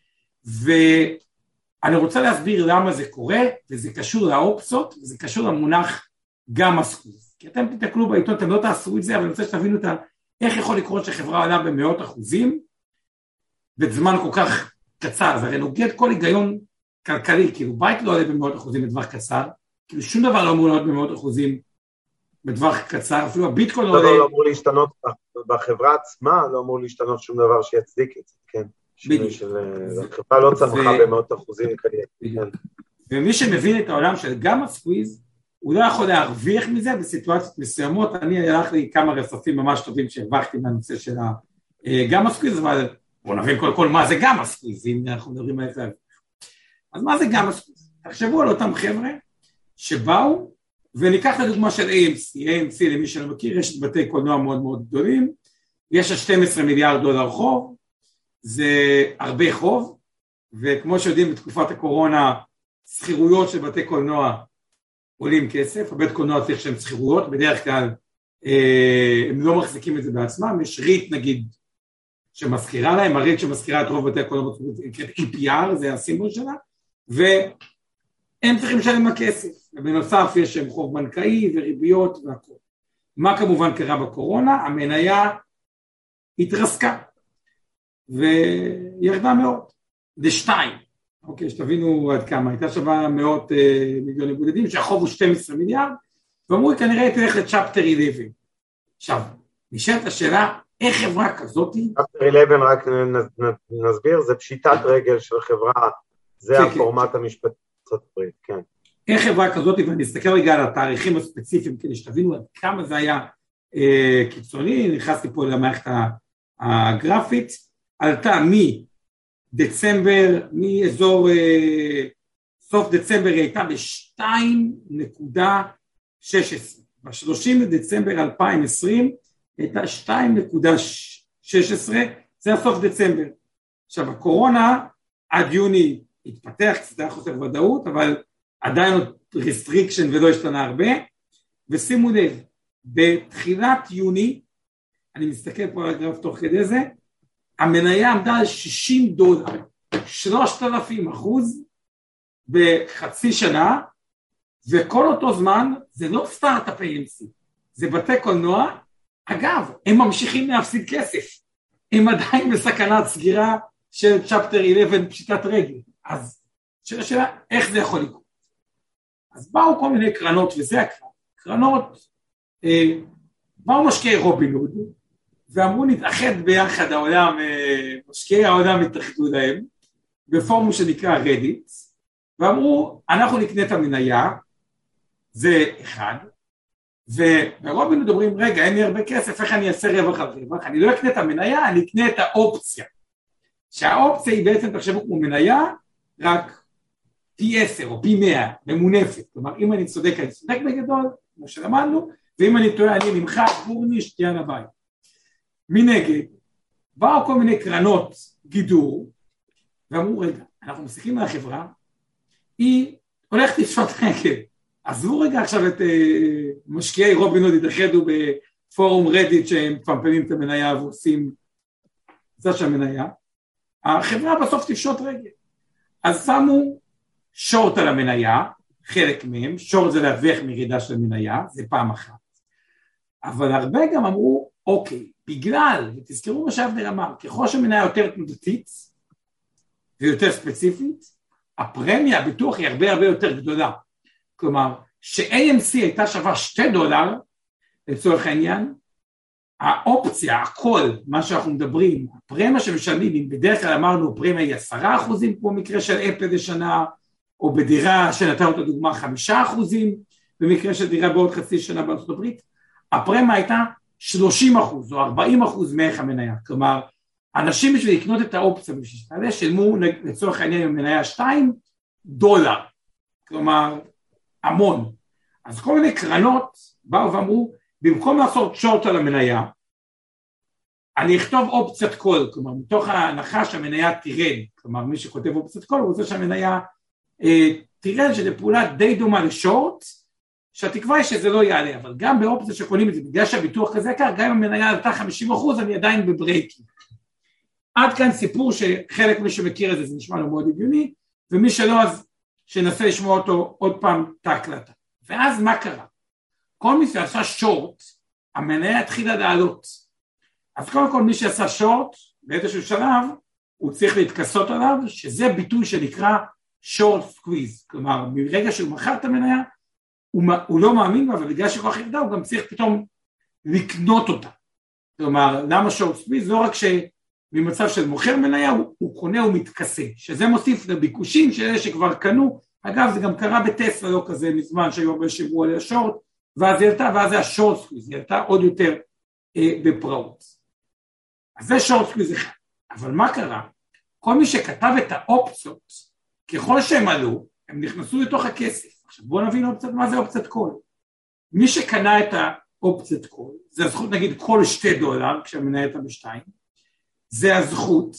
ואני רוצה להסביר למה זה קורה, וזה קשור לאופציות, וזה קשור למונח גמא סקוויז. כי אתם תתקלו בעיתון, אתם לא תעשו את זה, אבל אני רוצה שתבינו אותה, איך יכול לקרות שחברה עלה במאות אחוזים, בזמן כל כך קצר, זה הרי נוגד כל היגיון כלכלי, כאילו בית לא עולה במאות אחוזים בטווח קצר, כאילו שום דבר לא אמור לעלות במאות אחוזים בטווח קצר, אפילו הביטקוין לא עולה... לא, לא אמור להשתנות, בחברה עצמה לא אמור להשתנות שום דבר שיצדיק את זה, כן. החברה לא צמחה במאות אחוזים כאלה. ומי שמבין את העולם של גמא סקוויז, הוא לא יכול להרוויח מזה בסיטואציות מסוימות. אני הלך לי כמה רצפים ממש טובים שהרווחתי מהנושא של הגמא סקוויז, אבל בואו נבין קודם כל מה זה גמא סקוויז, אם אנחנו מדברים על זה. אז מה זה גמא סקוויז? תחשבו על אותם חבר'ה שבאו, וניקח את הדוגמה של איי אם סי, איי אם סי למי שלא מכיר, יש את בתי קולנוע מאוד מאוד גדולים, יש שנים עשר מיליארד דולר חוב, זה הרבה חוב, וכמו שיודעים בתקופת הקורונה, סחירויות של בתי קולנוע עולים כסף, הבית קולנוע צריך שהם שכירויות, בדרך כלל אה, הם לא מחזיקים את זה בעצמם, יש ריט נגיד שמזכירה להם, הריט שמזכירה את רוב בתי הקולנוע, אי פי אר, זה הסימבול שלה, והם צריכים לשלם הכסף, ובנוסף יש שם חוב בנקאי וריביות והכל. מה כמובן קרה בקורונה? המניה התרסקה, וירדה מאוד, זה שתיים, אוקיי, שתבינו עד כמה, הייתה שווה מאות אה, מיליונים בודדים, שהחוב הוא שנים עשר מיליארד, ואמרו, כנראה תלך לצ'פטר אחת עשר. עכשיו, נשאלת השאלה, איך חברה כזאת? צ'פטר אחת עשר, רק נסביר, זה פשיטת רגל של חברה, זה כן, הפורמט כן. המשפטי בארצות הברית, כן. איך חברה כזאת, ואני אסתכל רגע על התאריכים הספציפיים, כדי שתבינו עד כמה זה היה אה, קיצוני, נכנסתי פה למערכת הגרפית, עלתה מדצמבר, מאזור אה, סוף דצמבר היא הייתה ב-שתיים נקודה שש עשרה, ב-שלושים לדצמבר אלפיים עשרים הייתה שתיים נקודה שש עשרה, זה הסוף דצמבר. עכשיו הקורונה עד יוני התפתח, קצת היה חוסר ודאות, אבל עדיין עוד restriction ולא השתנה הרבה, ושימו לב, בתחילת יוני, אני מסתכל פה על הגרף תוך כדי זה, המניה עמדה על שישים דולר, שלושת אלפים אחוז בחצי שנה, וכל אותו זמן זה לא סטארט-אפ איי אם סי, זה בתי קולנוע, אגב, הם ממשיכים להפסיד כסף, הם עדיין בסכנת סגירה של צ'פטר אחת עשר פשיטת רגל, אז שאלה, איך זה יכול לקרות? אז באו כל מיני קרנות, וזה הקרנות, קרנות, אה, באו משקיעי רובין-הוד, ואמרו נתאחד ביחד העולם, אה, משקיעי העולם התאחדו להם, בפורום שנקרא רדיט, ואמרו, אנחנו נקנה את המניה, זה אחד, ורובין-הוד אומרים, רגע, אין לי הרבה כסף, איך אני אעשה רווח על רווח? אני לא אקנה את המניה, אני אקנה את האופציה, שהאופציה היא בעצם, תחשבו כמו מניה, רק פי עשר או פי מאה, ממונפת, כלומר, אם אני צודק, אני צודק בגדול, כמו שלמדנו, ואם אני טועה, אני נמחק, גורניש, תהיה לבית. מנגד, באו כל מיני קרנות גידור, ואמרו, רגע, אנחנו מסתכלים על החברה, היא הולכת לפשוט רגל, עזבו רגע עכשיו את uh, משקיעי רובין-הוד, התאחדו בפורום רדיט, שהם פמפלים את המניה ועושים זה שהמניה, החברה בסוף תפשוט רגל. אז שמו שורט על המניה, חלק מהם, שורט זה להרוויח מירידה של המניה, זה פעם אחת. אבל הרבה גם אמרו, אוקיי, בגלל, ותזכרו מה שאבנר אמר, ככל שהמניה יותר תנודתית, ויותר ספציפית, הפרמיה, הביטוח היא הרבה הרבה יותר גדולה. כלומר, ש-איי אם סי הייתה שווה שתי דולר, לצורך העניין, האופציה, הכל, מה שאנחנו מדברים, הפרמיה שמשלמים, אם בדרך כלל אמרנו, הפרמיה היא עשרה אחוזים, כמו מקרה של אפל לשנה, או בדירה שנתנו את הדוגמה חמישה אחוזים, במקרה של דירה בעוד חצי שנה בארצות הברית, הפרמיה הייתה שלושים אחוז, או ארבעים אחוז מערך המניה. כלומר, אנשים בשביל לקנות את האופציה, בשביל שלמו לצורך העניין עם מניה שתיים, דולר. כלומר, המון. אז כל מיני קרנות באו ואמרו, במקום לעשות שורט על המניה, אני אכתוב אופציית קול, כלומר, מתוך ההנחה שהמניה תירד, כלומר, מי שכותב אופציית קול, הוא רוצה שהמניה אה, תירד, שזה פעולה די דומה לשורט, שהתקווה היא שזה לא יעלה, אבל גם באופציה שקונים את זה, בגלל שהביטוח כזה יקר, גם אם המניה עלתה חמישים אחוז, אני עדיין בברייקים. עד כאן סיפור שחלק מי שמכיר את זה, זה נשמע לו מאוד הגיוני, ומי שלא, אז שנסה לשמוע אותו עוד פעם את ההקלטה. ואז מה קרה? כל מי שעשה שורט, המניה התחילה לעלות. אז קודם כל מי שעשה שורט, באיזשהו שלב, הוא צריך להתכסות עליו, שזה ביטוי שנקרא שורט סקוויז. כלומר, ברגע שהוא מכר את המניה, הוא, הוא לא מאמין בה, אבל בגלל שכוח ירדה, הוא גם צריך פתאום לקנות אותה. כלומר, למה שורט סקוויז? לא רק שממצב של מוכר מניה, הוא, הוא קונה ומתכסה, שזה מוסיף לביקושים של אלה שכבר קנו. אגב, זה גם קרה בטסלה, לא כזה מזמן, שהיו הרבה שברו עליה שורט, ואז היא עלתה, ואז זה השורט סקוויז, היא עלתה עוד יותר אה, בפראות. אז זה שורט סקוויז אחד. אבל מה קרה? כל מי שכתב את האופציות, ככל שהם עלו, הם נכנסו לתוך הכסף. עכשיו בואו נבין אופציות, מה זה אופציית קול. מי שקנה את האופציית קול, זה הזכות נגיד כל שתי דולר, כשהמניה הייתה בשתיים, זה הזכות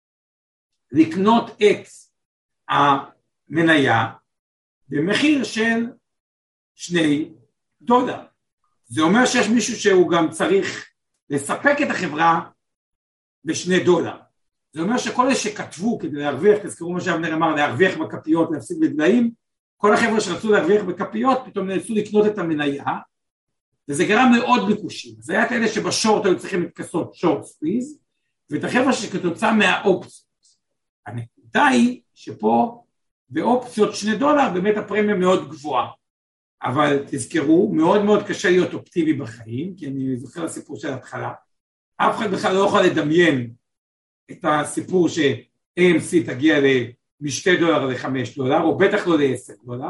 לקנות את המניה במחיר של שני דולר. זה אומר שיש מישהו שהוא גם צריך לספק את החברה בשני דולר. זה אומר שכל אלה שכתבו כדי להרוויח, תזכרו מה שאבנר אמר, להרוויח בכפיות, להפסיד בגלאים, כל החבר'ה שרצו להרוויח בכפיות, פתאום נאלצו לקנות את המניה, וזה גרם מאוד ביקושים. זה היה את אלה שבשורט היו צריכים להתכסות שורט סקוויז, ואת החבר'ה שכתוצאה מהאופציות. הנקודה היא שפה באופציות שני דולר באמת הפרמיה מאוד גבוהה, אבל תזכרו, מאוד מאוד קשה להיות אופטימי בחיים, כי אני זוכר לסיפור של ההתחלה, אף אחד בכלל לא יכול לדמיין את הסיפור ש-איי אם סי תגיע משתי דולר לחמש דולר, או בטח לא לעשר דולר,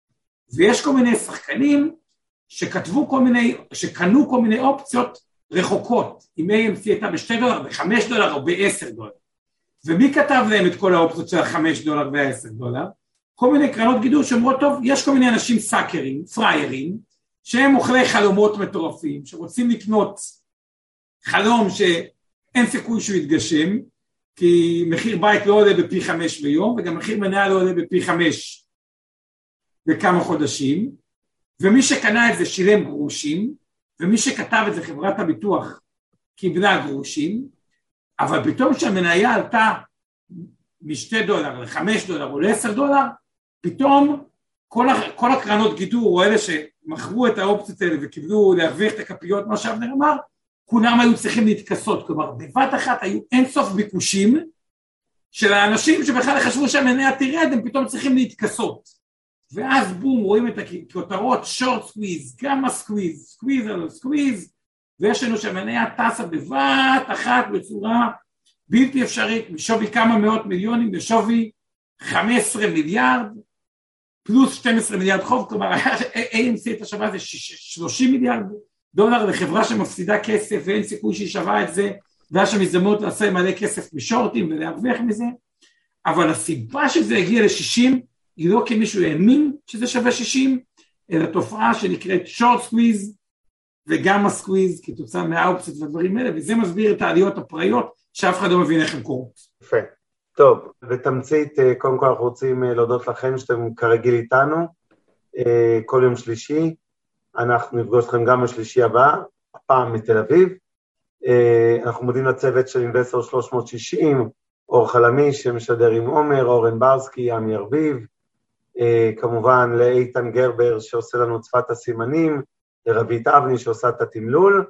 ויש כל מיני שחקנים שכתבו כל מיני, שקנו כל מיני אופציות רחוקות, אם איי אם סי הייתה בשתי דולר, בחמש דולר או בעשר דולר, ומי כתב להם את כל האופציות של החמש דולר והעשר דולר? כל מיני קרנות גידור שאומרות, טוב, יש כל מיני אנשים סאקרים, פריירים, שהם אוכלי חלומות מטורפים, שרוצים לקנות חלום שאין סיכוי שהוא יתגשם, כי מחיר בית לא עולה בפי חמש ביום, וגם מחיר מניה לא עולה בפי חמש בכמה חודשים, ומי שקנה את זה שילם גרושים, ומי שכתב את זה חברת הביטוח קיבלה גרושים, אבל פתאום שהמניה עלתה משתי דולר לחמש דולר או לעשר דולר, פתאום כל, כל הקרנות גידור, או אלה שמכרו את האופציות האלה וקיבלו להרוויח את הכפיות, מה שאבנר אמר, כולם היו צריכים להתכסות, כלומר בבת אחת היו אינסוף ביקושים של האנשים שבכלל חשבו שהמניה תירד, הם פתאום צריכים להתכסות. ואז בום, רואים את הכותרות, שורט סקוויז, גמא סקוויז, סקוויז על סקוויז, ויש לנו שהמניה טסה בבת אחת בצורה בלתי אפשרית, משווי כמה מאות מיליונים, משווי חמישה עשר מיליארד, פלוס שנים עשר מיליארד חוב, כלומר, איי אם סי את השווה זה שלושים מיליארד דולר לחברה שמפסידה כסף, ואין סיכוי שהיא שווה את זה, והיה שם הזדמנות לעשות מלא כסף משורטים ולהרוויח מזה, אבל הסיבה שזה הגיע ל-שישים, היא לא כי מישהו האמין שזה שווה שישים, אלא תופעה שנקראת שורט סקוויז, וגם הסקוויז, כתוצאה מהאופציות והדברים האלה, וזה מסביר את העליות הפראיות, שאף אחד לא מבין איך הן קורות. יפה. טוב, ותמצית, קודם כל אנחנו רוצים להודות לכם שאתם כרגיל איתנו, כל יום שלישי, אנחנו נפגוש אתכם גם בשלישי הבא, הפעם מתל אביב, אנחנו מודים לצוות של אינבסטור שלוש מאות שישים, אור חלמי שמשדר עם עומר, אורן ברסקי, עמי ארביב, כמובן לאיתן גרבר שעושה לנו צפת הסימנים, לרבית אבני שעושה את התמלול,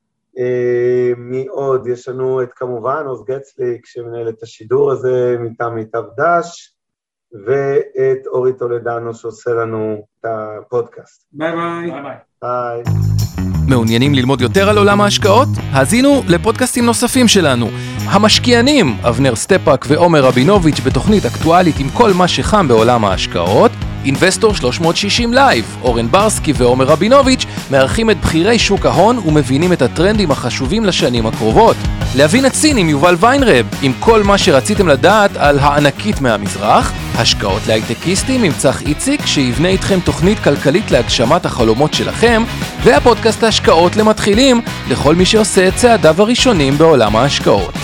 מי עוד? יש לנו את כמובן עוז גצליק שמנהל את השידור הזה מטעם מיטב דש, ואת אורי תולדנו שעושה לנו את הפודקאסט. ביי ביי. ביי ביי. מעוניינים ללמוד יותר על עולם ההשקעות? האזינו לפודקאסטים נוספים שלנו. המשקיענים, אבנר סטפאק ועומר רבינוביץ' בתוכנית אקטואלית עם כל מה שחם בעולם ההשקעות. אינבסטור שלוש מאות שישים לייב, אורן ברסקי ועומר רבינוביץ' מארחים את בחירי שוק ההון ומבינים את הטרנדים החשובים לשנים הקרובות. להבין את סין עם יובל ויינרב, עם כל מה שרציתם לדעת על הענקית מהמזרח. השקעות להייטקיסטים עם צח איציק שיבנה איתכם תוכנית כלכלית להגשמת החלומות שלכם, והפודקאסט ההשקעות למתחילים לכל מי שעושה את צעדיו הראשונים בעולם ההשקעות.